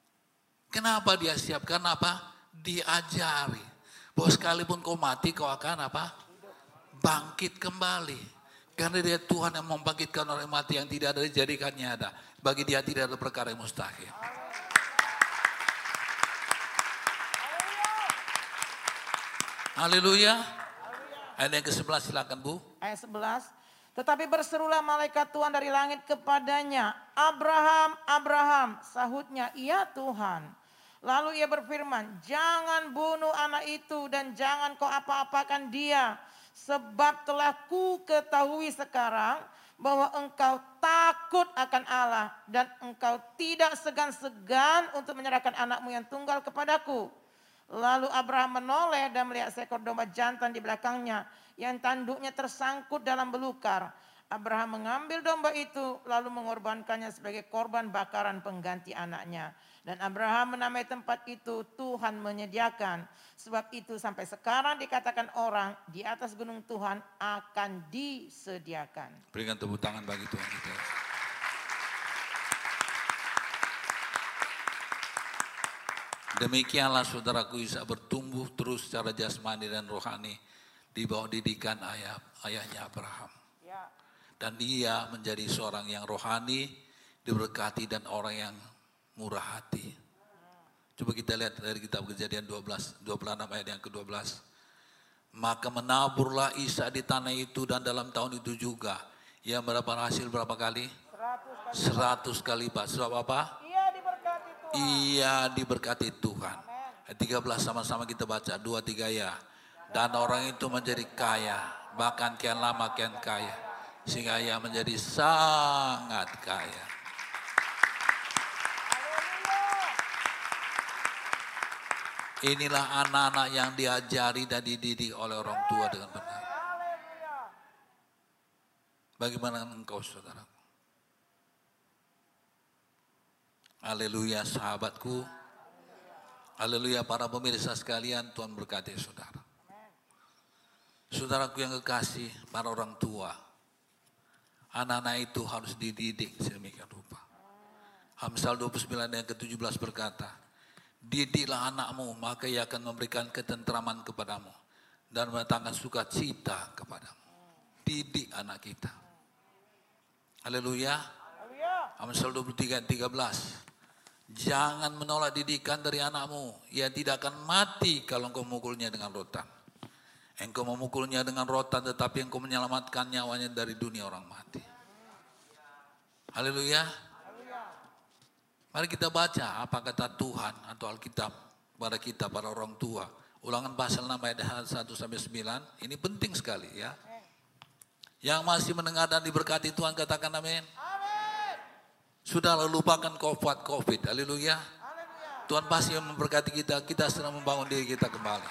Kenapa dia siap? Karena apa? Diajari. Bahwa sekalipun kau mati, kau akan apa? Bangkit kembali. Karena dia Tuhan yang membangkitkan orang mati yang tidak ada, dijadikannya ada. Bagi dia tidak ada perkara yang mustahil. Haleluya. Ayat yang ke-11 silakan Bu. Ayat 11. Tetapi berserulah malaikat Tuhan dari langit kepadanya. Abraham, Abraham. Sahutnya, iya Tuhan. Lalu ia berfirman, jangan bunuh anak itu dan jangan kau apa-apakan dia. Sebab telah ku ketahui sekarang bahwa engkau takut akan Allah. Dan engkau tidak segan-segan untuk menyerahkan anakmu yang tunggal kepadaku. Lalu Abraham menoleh dan melihat seekor domba jantan di belakangnya yang tanduknya tersangkut dalam belukar. Abraham mengambil domba itu lalu mengorbankannya sebagai korban bakaran pengganti anaknya. Dan Abraham menamai tempat itu Tuhan menyediakan. Sebab itu sampai sekarang dikatakan orang di atas gunung Tuhan akan disediakan. Berikan tepuk tangan bagi Tuhan kita. Demikianlah saudaraku Ishak bertumbuh terus secara jasmani dan rohani di bawah didikan ayahnya Abraham. Dan dia menjadi seorang yang rohani, diberkati dan orang yang murah hati. Coba kita lihat dari kitab Kejadian 26 ayat yang ke-12. Maka menaburlah Ishak di tanah itu dan dalam tahun itu juga ia mendapat hasil berapa kali? 100 kali lipat. Sebab apa? Ia diberkati Tuhan. Ayat 13 sama-sama kita baca. 2, 3 ya. Dan orang itu menjadi kaya. Bahkan kian lama kian kaya. Sehingga ia menjadi sangat kaya. Inilah anak-anak yang diajari dan dididik oleh orang tua dengan benar. Bagaimana engkau saudara? Haleluya sahabatku. Haleluya para pemirsa sekalian, Tuhan berkati saudara. Saudaraku yang kekasih, para orang tua. Anak-anak itu harus dididik sedemikian rupa. Amsal 29 yang ke-17 berkata, didiklah anakmu maka ia akan memberikan ketentraman kepadamu. Dan mendatangkan sukacita kepadamu. Didik anak kita. Haleluya. Amsal 23 ayat 13. Jangan menolak didikan dari anakmu. Ia tidak akan mati kalau engkau memukulnya dengan rotan. Engkau memukulnya dengan rotan tetapi engkau menyelamatkan nyawanya dari dunia orang mati. Haleluya. Mari kita baca apa kata Tuhan atau Alkitab kepada kita para orang tua. Ulangan pasal 6 ayat 1-9. Ini penting sekali ya. Yang masih mendengar dan diberkati Tuhan katakan amin. Sudah lupakan COVID. Haleluya. Tuhan pasti memberkati kita. Kita sedang membangun diri kita kembali.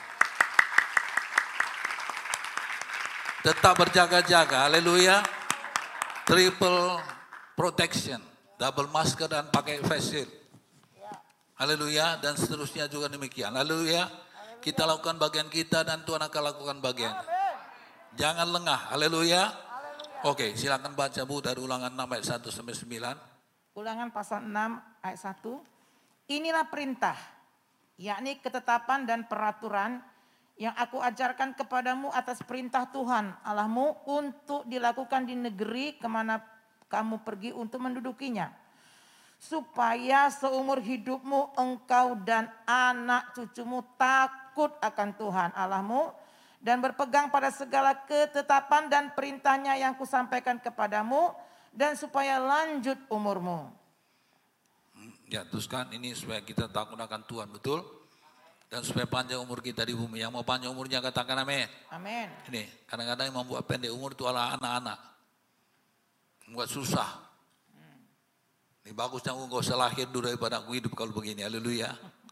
Tetap berjaga-jaga. Haleluya. Triple protection. Double masker dan pakai face shield. Haleluya. Dan seterusnya juga demikian. Haleluya. Kita lakukan bagian kita dan Tuhan akan lakukan bagian. Jangan lengah. Haleluya. Oke, silakan baca Bu dari Ulangan 6 ayat 1-9. Ulangan pasal 6 ayat 1. Inilah perintah, yakni ketetapan dan peraturan yang aku ajarkan kepadamu atas perintah Tuhan Allahmu untuk dilakukan di negeri kemana kamu pergi untuk mendudukinya. Supaya seumur hidupmu engkau dan anak cucumu takut akan Tuhan Allahmu dan berpegang pada segala ketetapan dan perintahnya yang kusampaikan kepadamu. Dan supaya lanjut umurmu. Ya teruskan ini supaya kita takut akan Tuhan, betul? Dan supaya panjang umur kita di bumi. Yang mau panjang umurnya katakan amin. Amin. Ini kadang-kadang yang membuat pendek umur itu adalah anak-anak. Membuat susah. Ini bagusnya aku gak usah lahir dulu daripada aku hidup kalau begini. Haleluya.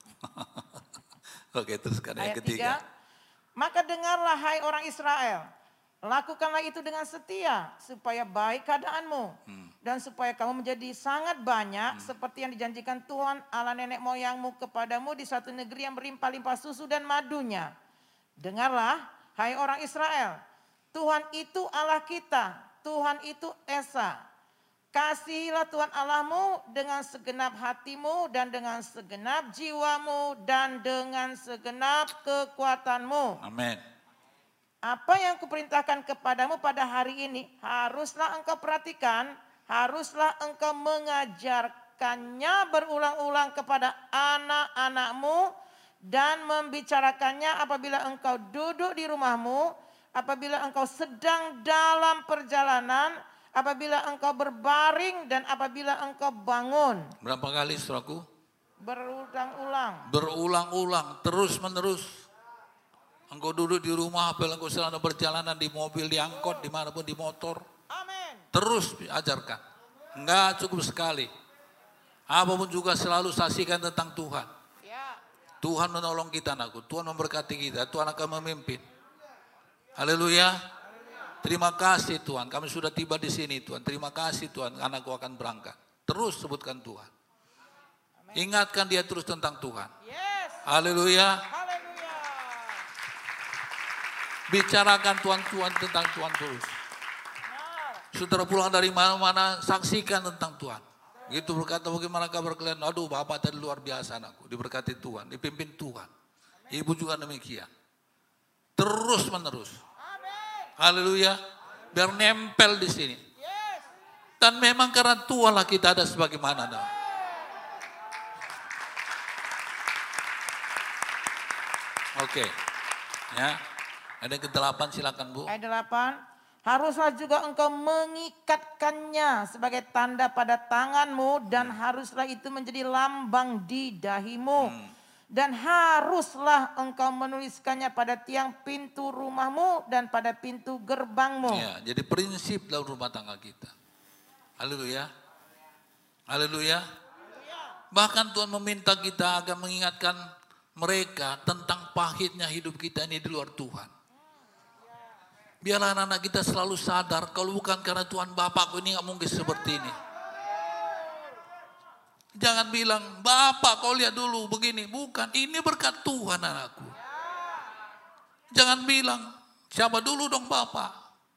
Oke teruskan yang ketiga. Maka dengarlah hai orang Israel. Lakukanlah itu dengan setia supaya baik keadaanmu. Dan supaya kamu menjadi sangat banyak seperti yang dijanjikan Tuhan Allah nenek moyangmu kepadamu di suatu negeri yang berlimpah-limpah susu dan madunya. Dengarlah hai orang Israel. Tuhan itu Allah kita. Tuhan itu Esa. Kasihilah Tuhan Allahmu dengan segenap hatimu dan dengan segenap jiwamu dan dengan segenap kekuatanmu. Amin. Apa yang kuperintahkan kepadamu pada hari ini haruslah engkau perhatikan, haruslah engkau mengajarkannya berulang-ulang kepada anak-anakmu dan membicarakannya apabila engkau duduk di rumahmu, apabila engkau sedang dalam perjalanan, apabila engkau berbaring dan apabila engkau bangun. Berapa kali saudaraku? Berulang-ulang. Berulang-ulang, terus-menerus. Engkau duduk di rumah, apabila engkau sedang ada perjalanan di mobil, di angkot, dimanapun di motor. Amin. Terus ajarkan. Enggak cukup sekali. Apapun juga selalu saksikan tentang Tuhan. Ya. Tuhan menolong kita anakku. Tuhan memberkati kita. Tuhan akan memimpin. Haleluya. Terima kasih Tuhan, kami sudah tiba di sini Tuhan. Terima kasih Tuhan, anakku akan berangkat. Terus sebutkan Tuhan. Ingatkan dia terus tentang Tuhan. Yes. Haleluya. Haleluya. Bicarakan Tuhan tentang Tuhan terus. Saudara pulang dari mana-mana, saksikan tentang Tuhan. Gitu berkata, bagaimana kabar kalian? Aduh, Bapak tadi luar biasa anakku. Diberkati Tuhan, dipimpin Tuhan. Ibu juga demikian. Terus menerus. Haleluya. Biar nempel di sini. Dan memang karena Tuhan lah kita ada sebagaimana. Oke. Ya. Ada yang ke-8 silakan Bu. Ayat 8. Haruslah juga engkau mengikatkannya sebagai tanda pada tanganmu dan haruslah itu menjadi lambang di dahimu. Dan haruslah engkau menuliskannya pada tiang pintu rumahmu dan pada pintu gerbangmu. Ya, jadi prinsip dalam rumah tangga kita. Haleluya. Haleluya. Bahkan Tuhan meminta kita agar mengingatkan mereka tentang pahitnya hidup kita ini di luar Tuhan. Biarlah anak-anak kita selalu sadar kalau bukan karena Tuhan Bapakku ini gak mungkin seperti ini. Jangan bilang, Bapak kau lihat dulu begini. Bukan, ini berkat Tuhan anakku. Jangan bilang, siapa dulu dong Bapak.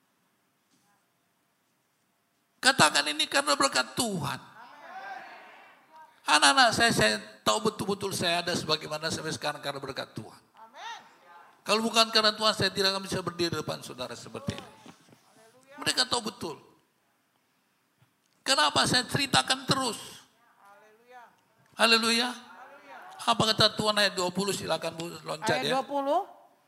Katakan ini karena berkat Tuhan. Anak-anak saya tahu betul-betul saya ada sebagaimana sampai sekarang karena berkat Tuhan. Kalau bukan karena Tuhan saya tidak akan bisa berdiri di depan saudara seperti ini. Mereka tahu betul. Kenapa saya ceritakan terus. Haleluya. Apa kata Tuhan ayat 20 silakan Bu loncat ya. Ayat 20.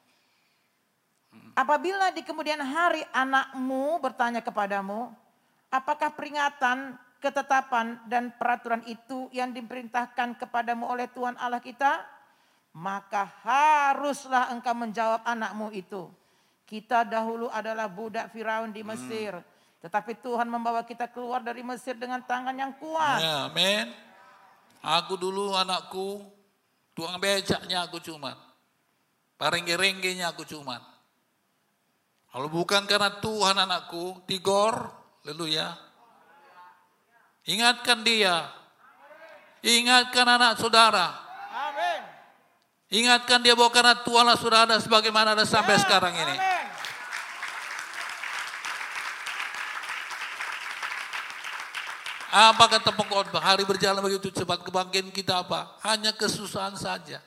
Apabila di kemudian hari anakmu bertanya kepadamu, apakah peringatan, ketetapan dan peraturan itu yang diperintahkan kepadamu oleh Tuhan Allah kita? Maka haruslah engkau menjawab anakmu itu. Kita dahulu adalah budak Firaun di Mesir. Tetapi Tuhan membawa kita keluar dari Mesir dengan tangan yang kuat. Ya, amin. Aku dulu anakku, tukang becaknya aku cuma. Parengge-renggenya aku cuma. Kalau bukan karena Tuhan anakku, tigor, haleluya. Ingatkan dia. Ingatkan anak saudara. Amin. Ingatkan dia bahwa karena Tuhanlah sudah ada sebagaimana ada sampai sekarang ini. Amin. Apa kata pengkhotbah? Hari berjalan begitu cepat, kebangkitan kita apa? Hanya kesusahan saja.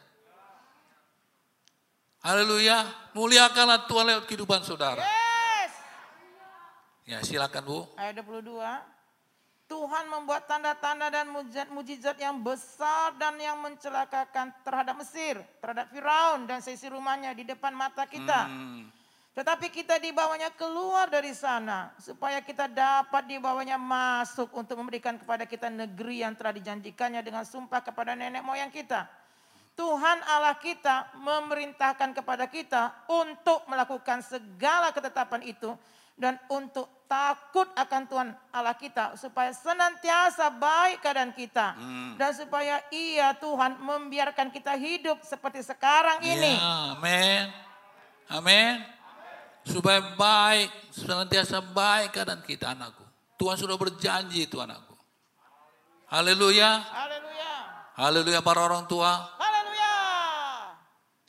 Haleluya. Muliakanlah Tuhan lewat kehidupan saudara. Yes. Ya silakan Bu. Ayat 22. Tuhan membuat tanda-tanda dan mujizat yang besar dan yang mencelakakan terhadap Mesir, terhadap Firaun dan seisi rumahnya di depan mata kita. Tetapi kita dibawanya keluar dari sana supaya kita dapat dibawanya masuk untuk memberikan kepada kita negeri yang telah dijanjikannya dengan sumpah kepada nenek moyang kita. Tuhan Allah kita memerintahkan kepada kita untuk melakukan segala ketetapan itu dan untuk takut akan Tuhan Allah kita supaya senantiasa baik keadaan kita dan supaya Ia Tuhan membiarkan kita hidup seperti sekarang ini. Ya, amin. Amin. Supaya baik, senantiasa baik keadaan kita anakku. Tuhan sudah berjanji itu anakku. Haleluya. Haleluya. Haleluya para orang tua. Haleluya.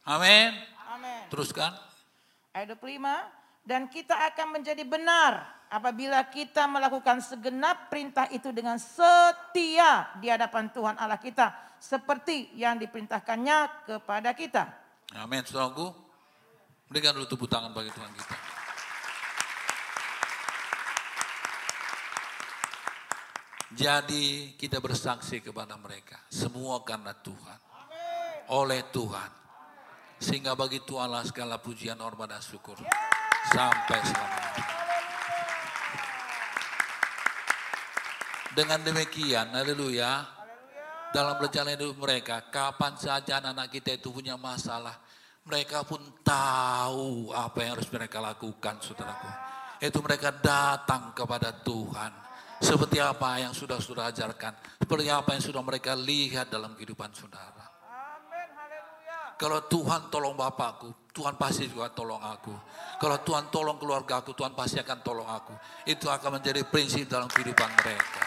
Amin. Amin. Teruskan. Ayat 25. Dan kita akan menjadi benar apabila kita melakukan segenap perintah itu dengan setia di hadapan Tuhan Allah kita, seperti yang diperintahkannya kepada kita. Amin, saudaraku. Berikan dulu tepuk tangan bagi Tuhan kita. Jadi kita bersaksi kepada mereka, semua karena Tuhan, oleh Tuhan. Sehingga bagi Tuhan Allah segala pujian, hormat dan syukur sampai selama-lamanya. Dengan demikian, haleluya, dalam perjalanan hidup mereka, kapan saja anak kita itu punya masalah, mereka pun tahu apa yang harus mereka lakukan, saudaraku. Itu mereka datang kepada Tuhan. Seperti apa yang sudah ajarkan, seperti apa yang sudah mereka lihat dalam kehidupan saudara. Kalau Tuhan tolong bapakku, Tuhan pasti juga tolong aku. Kalau Tuhan tolong keluarga aku, Tuhan pasti akan tolong aku. Itu akan menjadi prinsip dalam kehidupan mereka.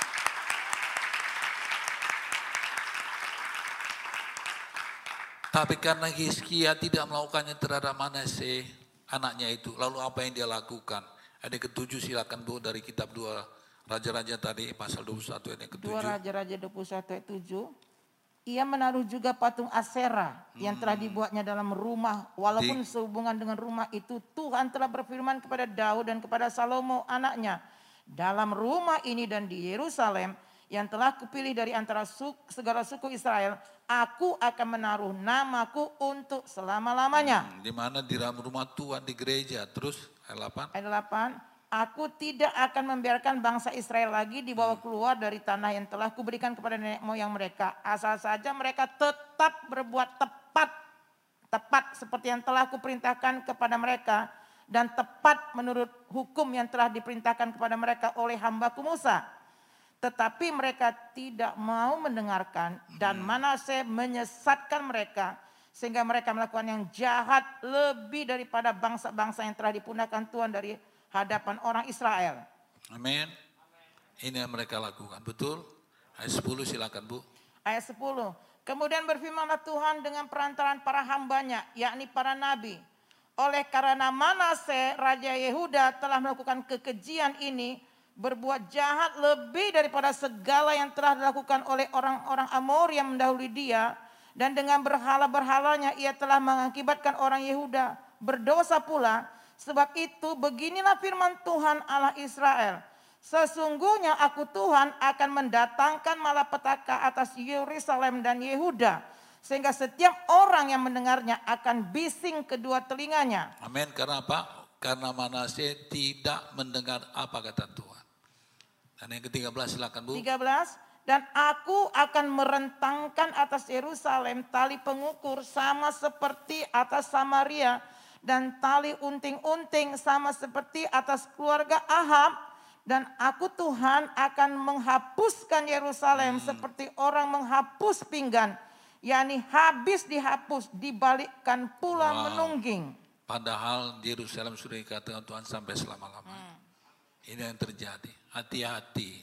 Tapi karena Hizkia tidak melakukannya terhadap Manasye, anaknya itu, lalu apa yang dia lakukan? Ada ketujuh, silakan Bu, dari kitab 2 Raja-Raja tadi, pasal 21 ayat ke-7. 2 Raja-Raja 21 ayat 7. Ia menaruh juga patung Asera yang telah dibuatnya dalam rumah. Walaupun sehubungan dengan rumah itu, Tuhan telah berfirman kepada Daud dan kepada Salomo anaknya. Dalam rumah ini dan di Yerusalem yang telah kupilih dari antara segala suku Israel, aku akan menaruh namaku untuk selama-lamanya. Di mana? Di dalam rumah Tuhan, di gereja. Terus ayat 8. Ayat 8. Aku tidak akan membiarkan bangsa Israel lagi dibawa keluar dari tanah yang telah kuberikan kepada nenek moyang mereka. Asal saja mereka tetap berbuat tepat seperti yang telah kuperintahkan kepada mereka. Dan tepat menurut hukum yang telah diperintahkan kepada mereka oleh hambaku Musa. Tetapi mereka tidak mau mendengarkan dan Manasye menyesatkan mereka. Sehingga mereka melakukan yang jahat lebih daripada bangsa-bangsa yang telah dipunahkan Tuhan dari hadapan orang Israel. Amin. Ini yang mereka lakukan. Betul? Ayat 10 silakan Bu. Ayat 10. Kemudian berfirmanlah Tuhan dengan perantaraan para hambanya, yakni para nabi. Oleh karena Manasye, Raja Yehuda telah melakukan kekejian ini, berbuat jahat lebih daripada segala yang telah dilakukan oleh orang-orang Amori yang mendahului dia. Dan dengan berhala-berhalanya ia telah mengakibatkan orang Yehuda berdosa pula. Sebab itu beginilah firman Tuhan Allah Israel. Sesungguhnya aku Tuhan akan mendatangkan malapetaka atas Yerusalem dan Yehuda. Sehingga setiap orang yang mendengarnya akan bising kedua telinganya. Amin. Karena apa? Karena Manasye tidak mendengar apa kata Tuhan. Dan yang ke-13 silakan Bu. 13. Dan aku akan merentangkan atas Yerusalem tali pengukur sama seperti atas Samaria. Dan tali unting-unting sama seperti atas keluarga Ahab. Dan aku Tuhan akan menghapuskan Yerusalem seperti orang menghapus pinggan. yakni habis dihapus, dibalikkan pula menungging. Padahal Yerusalem sudah dikatakan Tuhan sampai selama-lamanya. Ini yang terjadi. Hati-hati.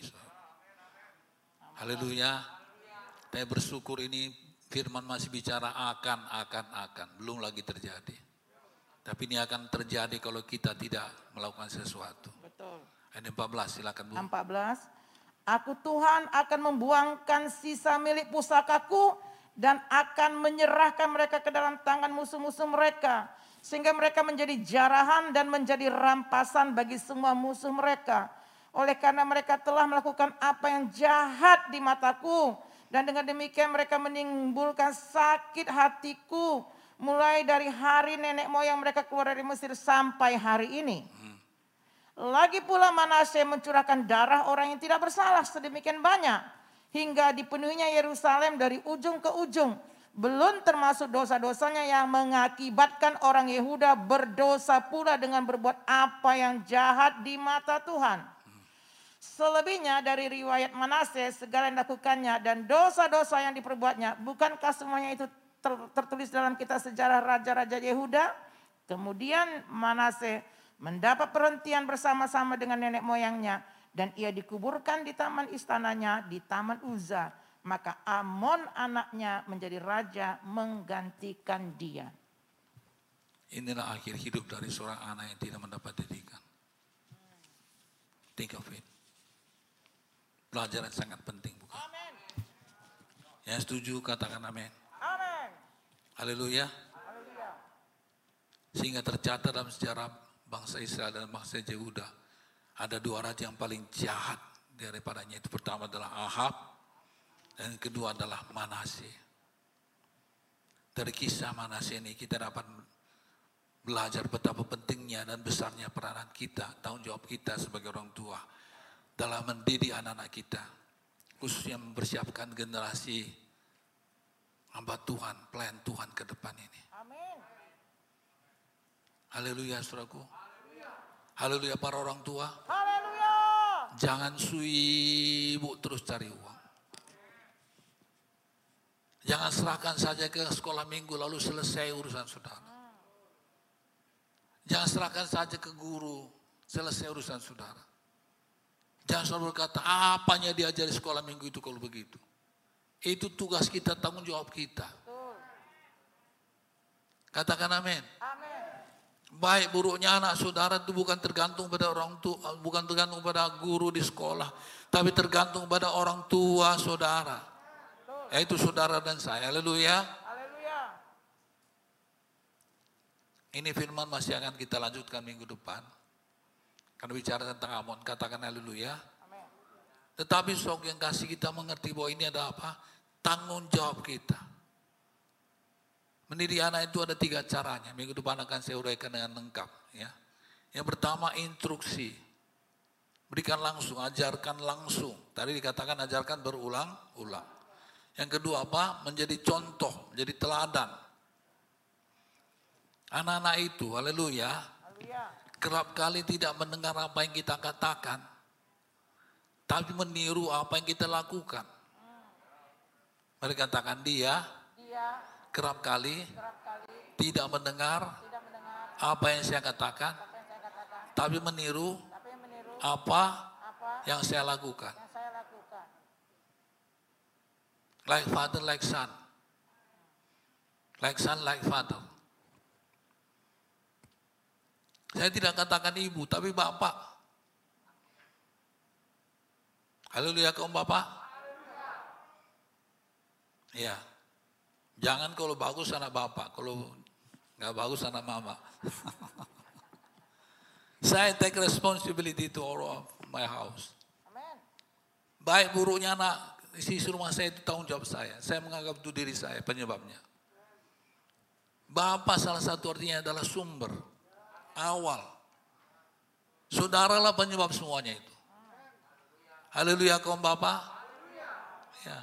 Haleluya. Saya bersyukur ini firman masih bicara akan. Belum lagi terjadi. Tapi ini akan terjadi kalau kita tidak melakukan sesuatu. Betul. Ayat 14 silakan Bu. 14. Aku Tuhan akan membuangkan sisa milik pusakaku dan akan menyerahkan mereka ke dalam tangan musuh-musuh mereka. Sehingga mereka menjadi jarahan dan menjadi rampasan bagi semua musuh mereka. Oleh karena mereka telah melakukan apa yang jahat di mataku. Dan dengan demikian mereka menimbulkan sakit hatiku. Mulai dari hari nenek moyang mereka keluar dari Mesir sampai hari ini. Lagi pula Manasye mencurahkan darah orang yang tidak bersalah sedemikian banyak. Hingga dipenuhinya Yerusalem dari ujung ke ujung. Belum termasuk dosa-dosanya yang mengakibatkan orang Yehuda berdosa pula dengan berbuat apa yang jahat di mata Tuhan. Selebihnya dari riwayat Manasye segala yang dilakukannya dan dosa-dosa yang diperbuatnya. Bukankah semuanya itu tertulis dalam kitab sejarah Raja-Raja Yehuda? Kemudian Manasye mendapat perhentian bersama-sama dengan nenek moyangnya. Dan ia dikuburkan di taman istananya, di taman Uzza. Maka Amon anaknya menjadi raja menggantikan dia. Inilah akhir hidup dari seorang anak yang tidak mendapat didikan. Think of it. Pelajaran sangat penting, bukan? Amin. Yang setuju katakan amin. Amin. Haleluya. Haleluya. Sehingga tercatat dalam sejarah bangsa Israel dan bangsa Yehuda, ada dua raja yang paling jahat daripadanya. Itu pertama adalah Ahab dan yang kedua adalah Manasye. Dari kisah Manasye ini kita dapat belajar betapa pentingnya dan besarnya peranan kita, tanggung jawab kita sebagai orang tua dalam mendidik anak-anak kita, khususnya mempersiapkan generasi hamba Tuhan, pelayan Tuhan ke depan ini. Amin. Haleluya, saudaraku. Haleluya para orang tua. Haleluya. Jangan sibuk terus cari uang. Jangan serahkan saja ke sekolah minggu lalu selesai urusan saudara. Jangan serahkan saja ke guru, selesai urusan saudara. Jangan selalu berkata, apanya diajari sekolah minggu itu kalau begitu. Itu tugas kita, tanggung jawab kita. Betul. Katakan amin. Amin. Baik buruknya anak saudara itu bukan tergantung pada orang tua, bukan tergantung pada guru di sekolah, tapi tergantung pada orang tua saudara. Yaitu saudara dan saya. Haleluya. Haleluya. Ini firman masih akan kita lanjutkan minggu depan. Karena bicara tentang Amon, katakan haleluya. Amin. Tetapi saudara yang kasih kita mengerti bahwa ini ada apa? Tanggung jawab kita. Mendidik anak itu ada 3 caranya. Minggu depan akan saya uraikan dengan lengkap. Ya. Yang pertama instruksi. Berikan langsung, ajarkan langsung. Tadi dikatakan ajarkan berulang-ulang. Yang kedua apa? Menjadi contoh, menjadi teladan. Anak-anak itu, haleluya, Haleluya. kerap kali tidak mendengar apa yang kita katakan, tapi meniru apa yang kita lakukan. Mereka katakan dia kerap kali tidak mendengar apa yang saya katakan, tapi meniru apa yang saya lakukan. Like father, like son. Like son, like father. Saya tidak katakan ibu, tapi bapak. Haleluya kaum bapak. Ya. Jangan kalau bagus anak bapak, kalau nggak bagus anak mama. Saya take responsibility to all of my house. Baik buruknya anak isi rumah saya itu tanggung jawab saya. Saya menganggap itu diri saya penyebabnya. Bapak salah satu artinya adalah sumber, awal. Saudaralah penyebab semuanya itu. Haleluya kaum bapak. Ya.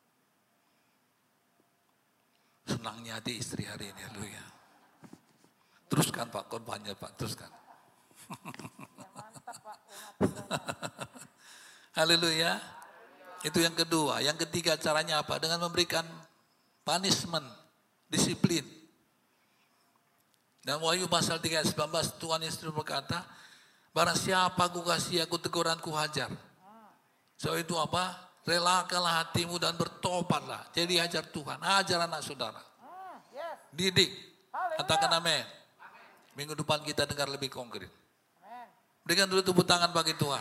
Senangnya hati istri hari ini, haleluya. Teruskan Pak, korbannya Pak, teruskan. Haleluya. Itu yang kedua. Yang ketiga caranya apa? Dengan memberikan punishment, disiplin. Dan Wahyu pasal 3 ayat 19 Tuhan Yesus berkata, barang siapa aku kasih aku teguran ku hajar. So itu apa? Relakanlah hatimu dan bertobatlah. Jadi ajar Tuhan, ajar anak saudara. Didik. Katakan amin. Minggu depan kita dengar lebih konkret. Berikan dulu tepuk tangan bagi Tuhan.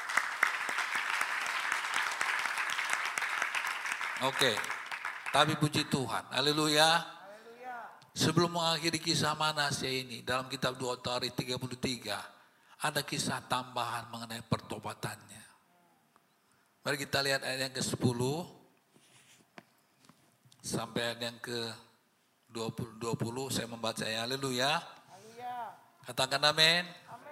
Oke. Tapi puji Tuhan. Haleluya. Sebelum mengakhiri kisah Manasye ini, dalam kitab 2 Tawarikh 33, ada kisah tambahan mengenai pertobatannya. Mari kita lihat ayat yang ke-10 sampai ayat yang ke-20. Saya membaca ya. Haleluya. Katakan amin.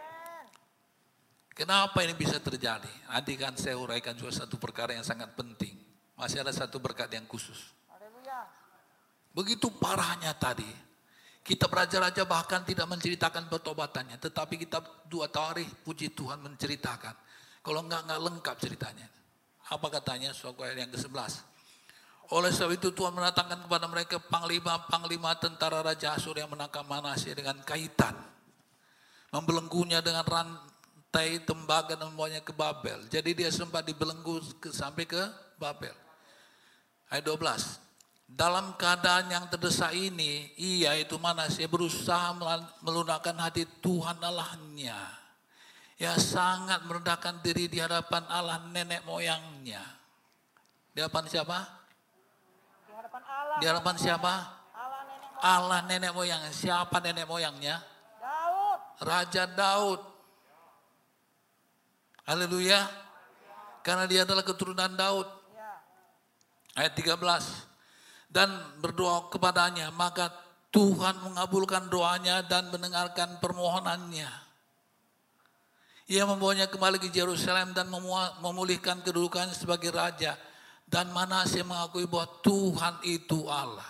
Kenapa ini bisa terjadi? Nanti kan saya uraikan juga satu perkara yang sangat penting. Masih ada satu berkat yang khusus. Begitu parahnya tadi. Kitab Raja-Raja bahkan tidak menceritakan pertobatannya. Tetapi kitab 2 Tawarikh, puji Tuhan menceritakan. Kalau enggak lengkap ceritanya. Apa katanya? Surah ayat yang ke-11. Oleh sebab itu Tuhan mendatangkan kepada mereka panglima tentara Raja Asyur yang menangkap Manasye dengan kaitan. Membelenggunya dengan rantai tembaga dan membawanya ke Babel. Jadi dia sempat dibelenggu sampai ke Babel. Ayat 12. Dalam keadaan yang terdesak ini, ia itu Manasye berusaha melunakkan hati Tuhan Allahnya Ya sangat merendahkan diri di hadapan Allah nenek moyangnya. Di hadapan siapa? Di hadapan Allah. Di hadapan siapa? Allah nenek moyang. Allah nenek moyangnya. Siapa nenek moyangnya? Daud. Raja Daud. Haleluya. Karena dia adalah keturunan Daud. Ya. Ayat 13. Dan berdoa kepadanya, maka Tuhan mengabulkan doanya dan mendengarkan permohonannya. Ia membawanya kembali ke Yerusalem dan memulihkan kedudukannya sebagai raja. Dan Manasye mengakui bahwa Tuhan itu Allah.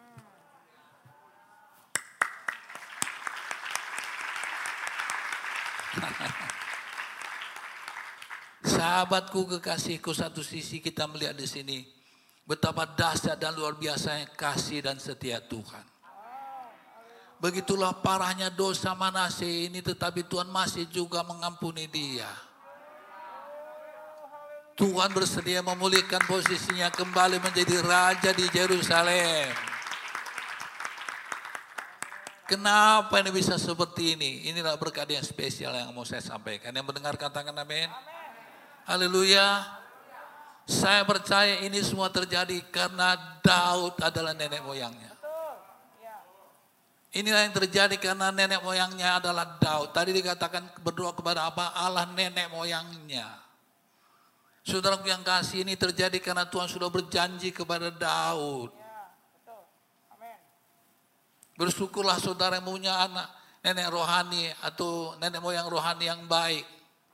Sahabatku kekasihku, satu sisi kita melihat di sini betapa dahsyat dan luar biasanya kasih dan setia Tuhan. Begitulah parahnya dosa Manasye ini, tetapi Tuhan masih juga mengampuni dia. Tuhan bersedia memulihkan posisinya kembali menjadi raja di Yerusalem. Kenapa ini bisa seperti ini? Inilah berkat yang spesial yang mau saya sampaikan. Yang mendengar katakan amin. Haleluya. Saya percaya ini semua terjadi karena Daud adalah nenek moyangnya. Inilah yang terjadi karena nenek moyangnya adalah Daud. Tadi dikatakan berdoa kepada apa? Allah nenek moyangnya. Saudaraku yang kasih, ini terjadi karena Tuhan sudah berjanji kepada Daud. Bersyukurlah saudara yang punya anak nenek rohani atau nenek moyang rohani yang baik.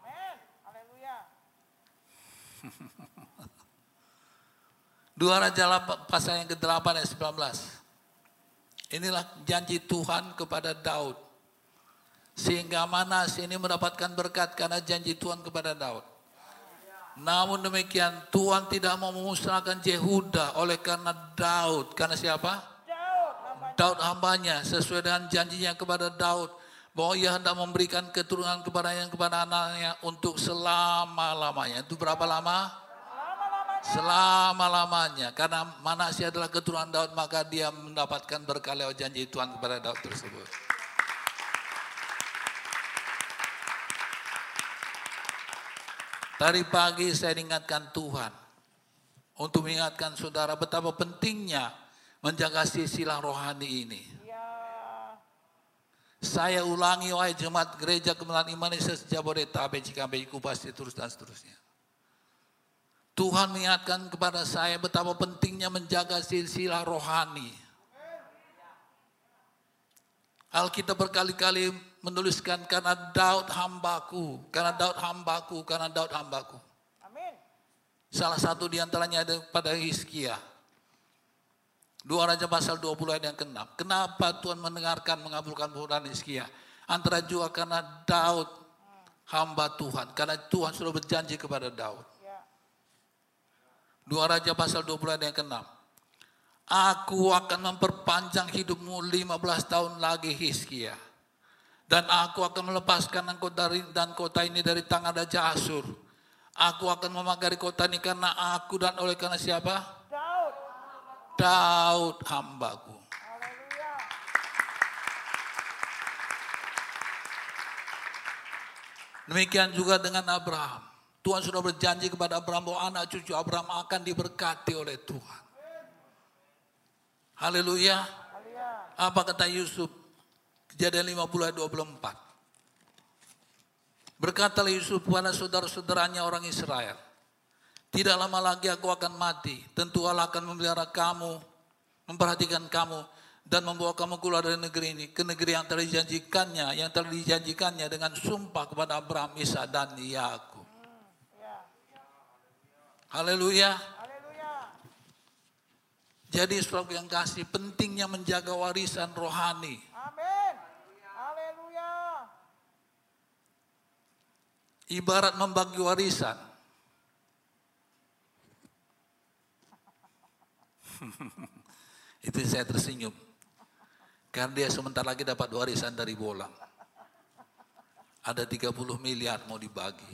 Dua Raja pasal yang ke-8 ayat 19. Inilah janji Tuhan kepada Daud. Sehingga Manasye ini mendapatkan berkat karena janji Tuhan kepada Daud. Namun demikian Tuhan tidak mau memusnahkan Yehuda oleh karena Daud. Karena siapa? Daud hambanya, sesuai dengan janjinya kepada Daud. Bahwa ia hendak memberikan keturunan kepada anaknya untuk selama-lamanya. Itu berapa lama? Selama-lamanya. Karena Manasye adalah keturunan Daud, maka dia mendapatkan berkat lewat janji Tuhan kepada Daud tersebut. Tadi pagi saya ingatkan Tuhan untuk mengingatkan saudara betapa pentingnya menjaga silsilah rohani ini. Saya ulangi, wahai jemaat gereja Kebenaran Iman Yesus Jabodetabek, Cikampek, Kupas, terus dan seterusnya. Tuhan mengingatkan kepada saya betapa pentingnya menjaga silsilah rohani. Alkitab berkali-kali menuliskan karena Daud hambaku, karena Daud hambaku, karena Daud hambaku. Amin. Salah satu diantaranya ada pada Hizkia. 2 Raja pasal 20 ayat yang ke-6. Kenapa Tuhan mengabulkan permohonan Hizkia? Antara juga karena Daud hamba Tuhan, karena Tuhan sudah berjanji kepada Daud. 2 Raja pasal 20 ayat yang ke-6. Aku akan memperpanjang hidupmu 15 tahun lagi Hizkia. Dan aku akan melepaskan engkau dan kota ini dari tangan Raja Asyur. Aku akan memagari kota ini karena aku dan oleh karena siapa? Daud. Daud hambaku. Haleluya. Demikian juga dengan Abraham. Tuhan sudah berjanji kepada Abraham bahwa anak cucu Abraham akan diberkati oleh Tuhan. Haleluya. Apa kata Yusuf? Kejadian 50 ayat 24. Berkatalah Yusuf kepada saudara-saudaranya orang Israel. Tidak lama lagi aku akan mati. Tentu Allah akan memelihara kamu, memperhatikan kamu, dan membawa kamu keluar dari negeri ini ke negeri yang telah dijanjikannya dengan sumpah kepada Abraham, Ishak dan Yakub. Haleluya. Jadi saudara yang kasih, pentingnya menjaga warisan rohani. Amin. Haleluya. Ibarat membagi warisan. Itu saya tersenyum. Karena dia sebentar lagi dapat warisan dari Bolang. Ada 30 miliar mau dibagi.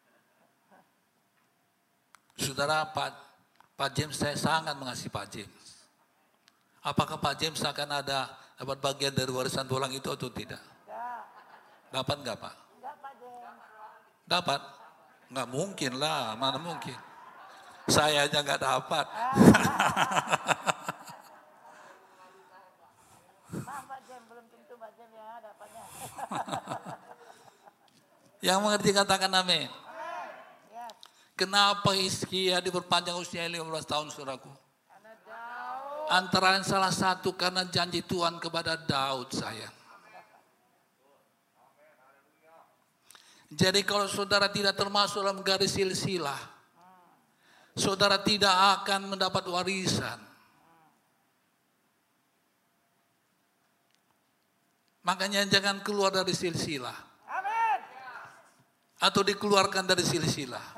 Saudara, Pak James, saya sangat mengasihi Pak James. Apakah Pak James akan dapat bagian dari warisan Bolang itu atau tidak? Dapat enggak Pak? Enggak, Pak James. Dapat? Nggak mungkin lah, mana mungkin. Saya aja nggak dapat. Mbak Jem, belum tentu Mbak Jem ya dapatnya. Yang mengerti katakan amin. Yes. Kenapa Hizkia diperpanjang usia 15 tahun, saudaraku? Karena Daud. Antara lain salah satu karena janji Tuhan kepada Daud, sayang. Jadi kalau saudara tidak termasuk dalam garis silsilah, saudara tidak akan mendapat warisan. Makanya jangan keluar dari silsilah. Amin. Atau dikeluarkan dari silsilah.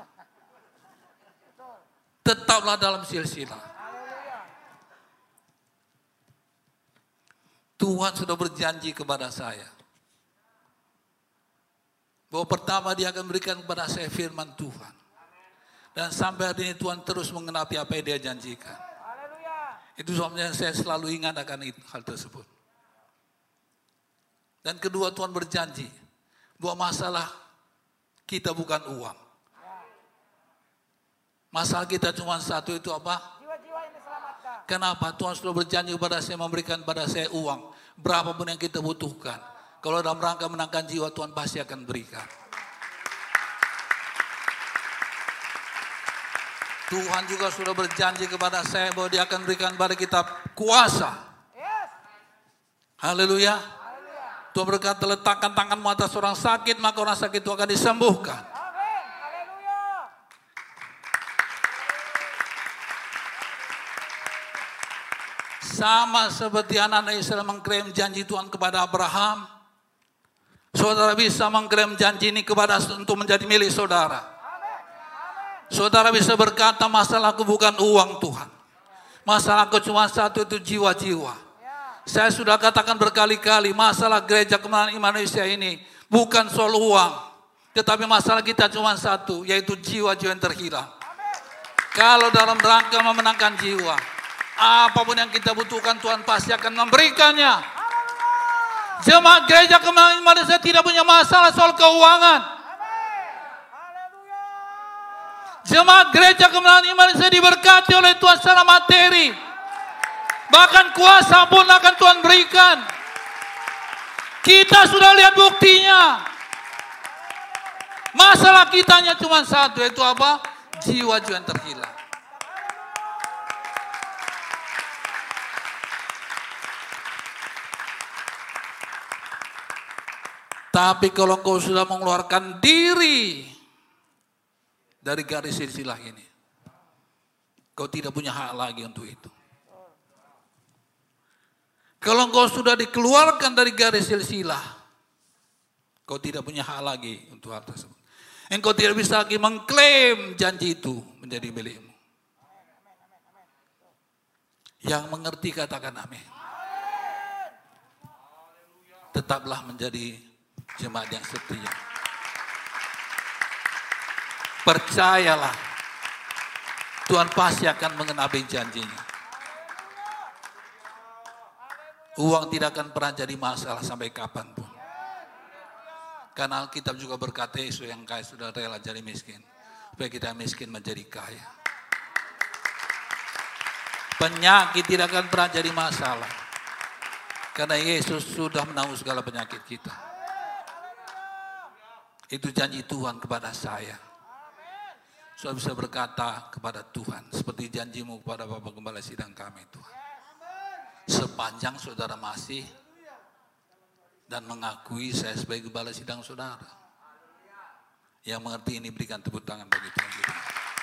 Tetaplah dalam silsilah. Haleluya. Tuhan sudah berjanji kepada saya. Bahwa pertama dia akan berikan kepada saya firman Tuhan. Dan sampai hari ini Tuhan terus mengenapi apa yang dia janjikan. Haleluya. Itu sebabnya saya selalu ingat akan hal tersebut. Dan kedua Tuhan berjanji bahwa masalah kita bukan uang. Masalah kita cuma satu, itu apa? Jiwa-jiwa yang diselamatkan. Kenapa? Tuhan sudah berjanji kepada saya memberikan kepada saya uang. Berapapun yang kita butuhkan. Kalau dalam rangka menangkan jiwa, Tuhan pasti akan berikan. Tuhan juga sudah berjanji kepada saya bahwa dia akan berikan kepada kita kuasa. Yes. Haleluya. Haleluya. Tuhan berkata, letakkan tanganmu atas orang sakit, maka orang sakit itu akan disembuhkan. Amin. Haleluya. Sama seperti anak-anak Israel mengklaim janji Tuhan kepada Abraham, saudara bisa mengklaim janji ini untuk menjadi milik saudara. Saudara bisa berkata, masalahku bukan uang Tuhan. Masalahku cuma satu, itu jiwa-jiwa. Saya sudah katakan berkali-kali, masalah gereja kemenangan iman Indonesia ini bukan soal uang. Tetapi masalah kita cuma satu, yaitu jiwa-jiwa yang terhilang. Kalau dalam rangka memenangkan jiwa, apapun yang kita butuhkan Tuhan pasti akan memberikannya. Jemaat gereja kemenangan iman Indonesia tidak punya masalah soal keuangan. Jemaat gereja kemenangan iman Indonesia diberkati oleh Tuhan secara materi. Bahkan kuasa pun akan Tuhan berikan. Kita sudah lihat buktinya. Masalah kitanya cuma satu, yaitu apa? Jiwa-jiwa yang terhilang. Tapi kalau kau sudah mengeluarkan diri dari garis silsilah ini, kau tidak punya hak lagi untuk itu. Kalau engkau sudah dikeluarkan dari garis silsilah, kau tidak punya hak lagi untuk hal tersebut. Engkau tidak bisa lagi mengklaim janji itu menjadi milikmu. Yang mengerti katakan amin. Tetaplah menjadi jemaat yang setia. Percayalah, Tuhan pasti akan mengenapi janjinya. Uang tidak akan pernah jadi masalah sampai kapanpun. Karena Alkitab juga berkata, Yesus yang kaya sudah rela jadi miskin, supaya kita miskin menjadi kaya. Penyakit tidak akan pernah jadi masalah, karena Yesus sudah menanggung segala penyakit kita. Itu janji Tuhan kepada saya. Saya bisa berkata kepada Tuhan, seperti janjimu kepada Bapak Gembala Sidang kami, Tuhan. Sepanjang saudara masih dan mengakui saya sebagai Gembala Sidang saudara. Yang mengerti ini berikan tepuk tangan bagi Tuhan kita.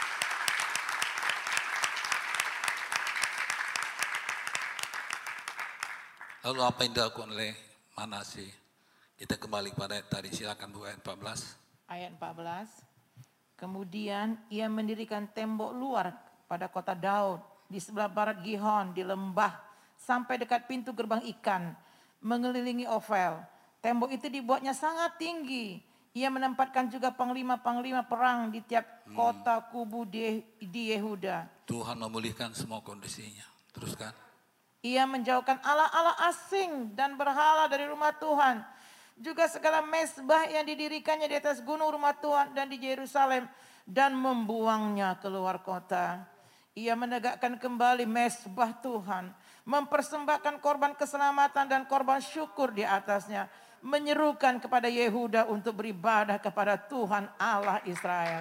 Lalu apa yang dilakukan oleh Manasye? Kita kembali pada tadi, silakan Bu, ayat 14. Ayat 14. Kemudian ia mendirikan tembok luar pada kota Daud di sebelah barat Gihon di lembah sampai dekat pintu gerbang ikan mengelilingi Ofel. Tembok itu dibuatnya sangat tinggi. Ia menempatkan juga panglima-panglima perang di tiap kota kubu di Yehuda. Tuhan memulihkan semua kondisinya. Teruskan. Ia menjauhkan Allah-Allah asing dan berhala dari rumah Tuhan. juga segala mezbah yang didirikannya di atas gunung rumah Tuhan dan di Yerusalem, dan membuangnya keluar kota. Ia menegakkan kembali mezbah Tuhan, mempersembahkan korban keselamatan dan korban syukur di atasnya, menyerukan kepada Yehuda untuk beribadah kepada Tuhan Allah Israel.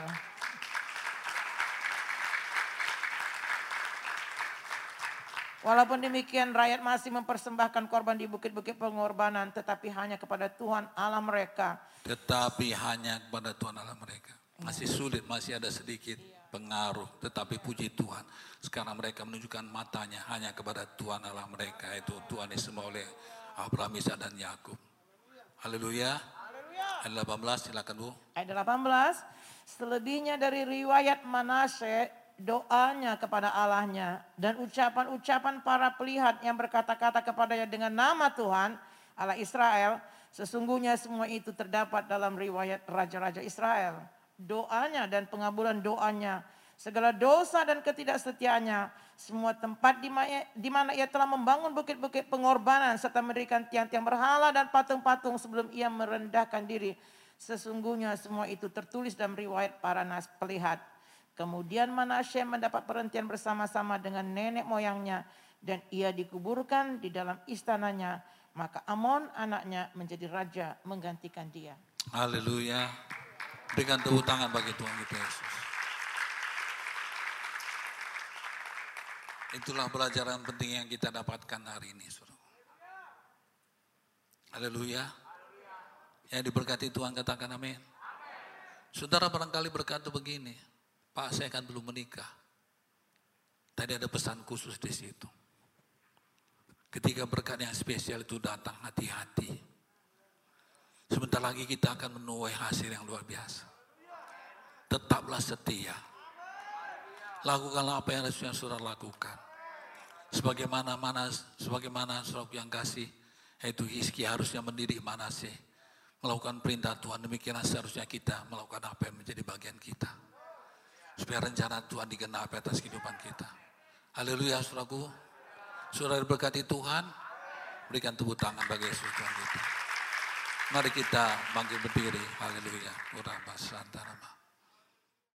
Walaupun demikian, rakyat masih mempersembahkan korban di bukit-bukit pengorbanan, tetapi hanya kepada Tuhan Allah mereka. Tetapi hanya kepada Tuhan Allah mereka. Masih sulit, masih ada sedikit pengaruh, tetapi puji Tuhan. Sekarang mereka menunjukkan matanya hanya kepada Tuhan Allah mereka, itu Tuhan yang disembah oleh Abraham, Ishak dan Yakub. Haleluya. Ayat 18, silakan Bu. Ayat 18, selebihnya dari riwayat Manasye, doanya kepada Allahnya dan ucapan-ucapan para pelihat yang berkata-kata kepadanya dengan nama Tuhan Allah Israel, sesungguhnya semua itu terdapat dalam riwayat raja-raja Israel. Doanya dan pengabulan doanya, segala dosa dan ketidaksetiaannya, semua tempat di mana ia telah membangun bukit-bukit pengorbanan serta mendirikan tiang-tiang berhala dan patung-patung sebelum ia merendahkan diri, sesungguhnya semua itu tertulis dalam riwayat para pelihat. Kemudian Manasye mendapat perhentian bersama-sama dengan nenek moyangnya dan ia dikuburkan di dalam istananya. Maka Amon anaknya menjadi raja menggantikan dia. Haleluya. Berikan tepuk tangan bagi Tuhan kita Yesus. Itulah pelajaran penting yang kita dapatkan hari ini, Saudara. Haleluya. Yang diberkati Tuhan katakan amin. Saudara barangkali berkata begini, Pak, saya kan belum menikah. Tadi ada pesan khusus di situ. Ketika berkat yang spesial itu datang, hati-hati. Sebentar lagi kita akan menuai hasil yang luar biasa. Tetaplah setia. Lakukanlah apa yang harusnya saudara lakukan. Sebagaimana saudara yang kasih, yaitu Hizkia harusnya mendidik Manasye, melakukan perintah Tuhan. Demikianlah seharusnya kita melakukan apa yang menjadi bagian kita. Supaya rencana Tuhan digenapi atas kehidupan kita. Haleluya, saudaraku. Saudara diberkati Tuhan. Berikan tepuk tangan bagi Yesus Tuhan kita. Mari kita bangkit berdiri. Haleluya. Uraba Santarama.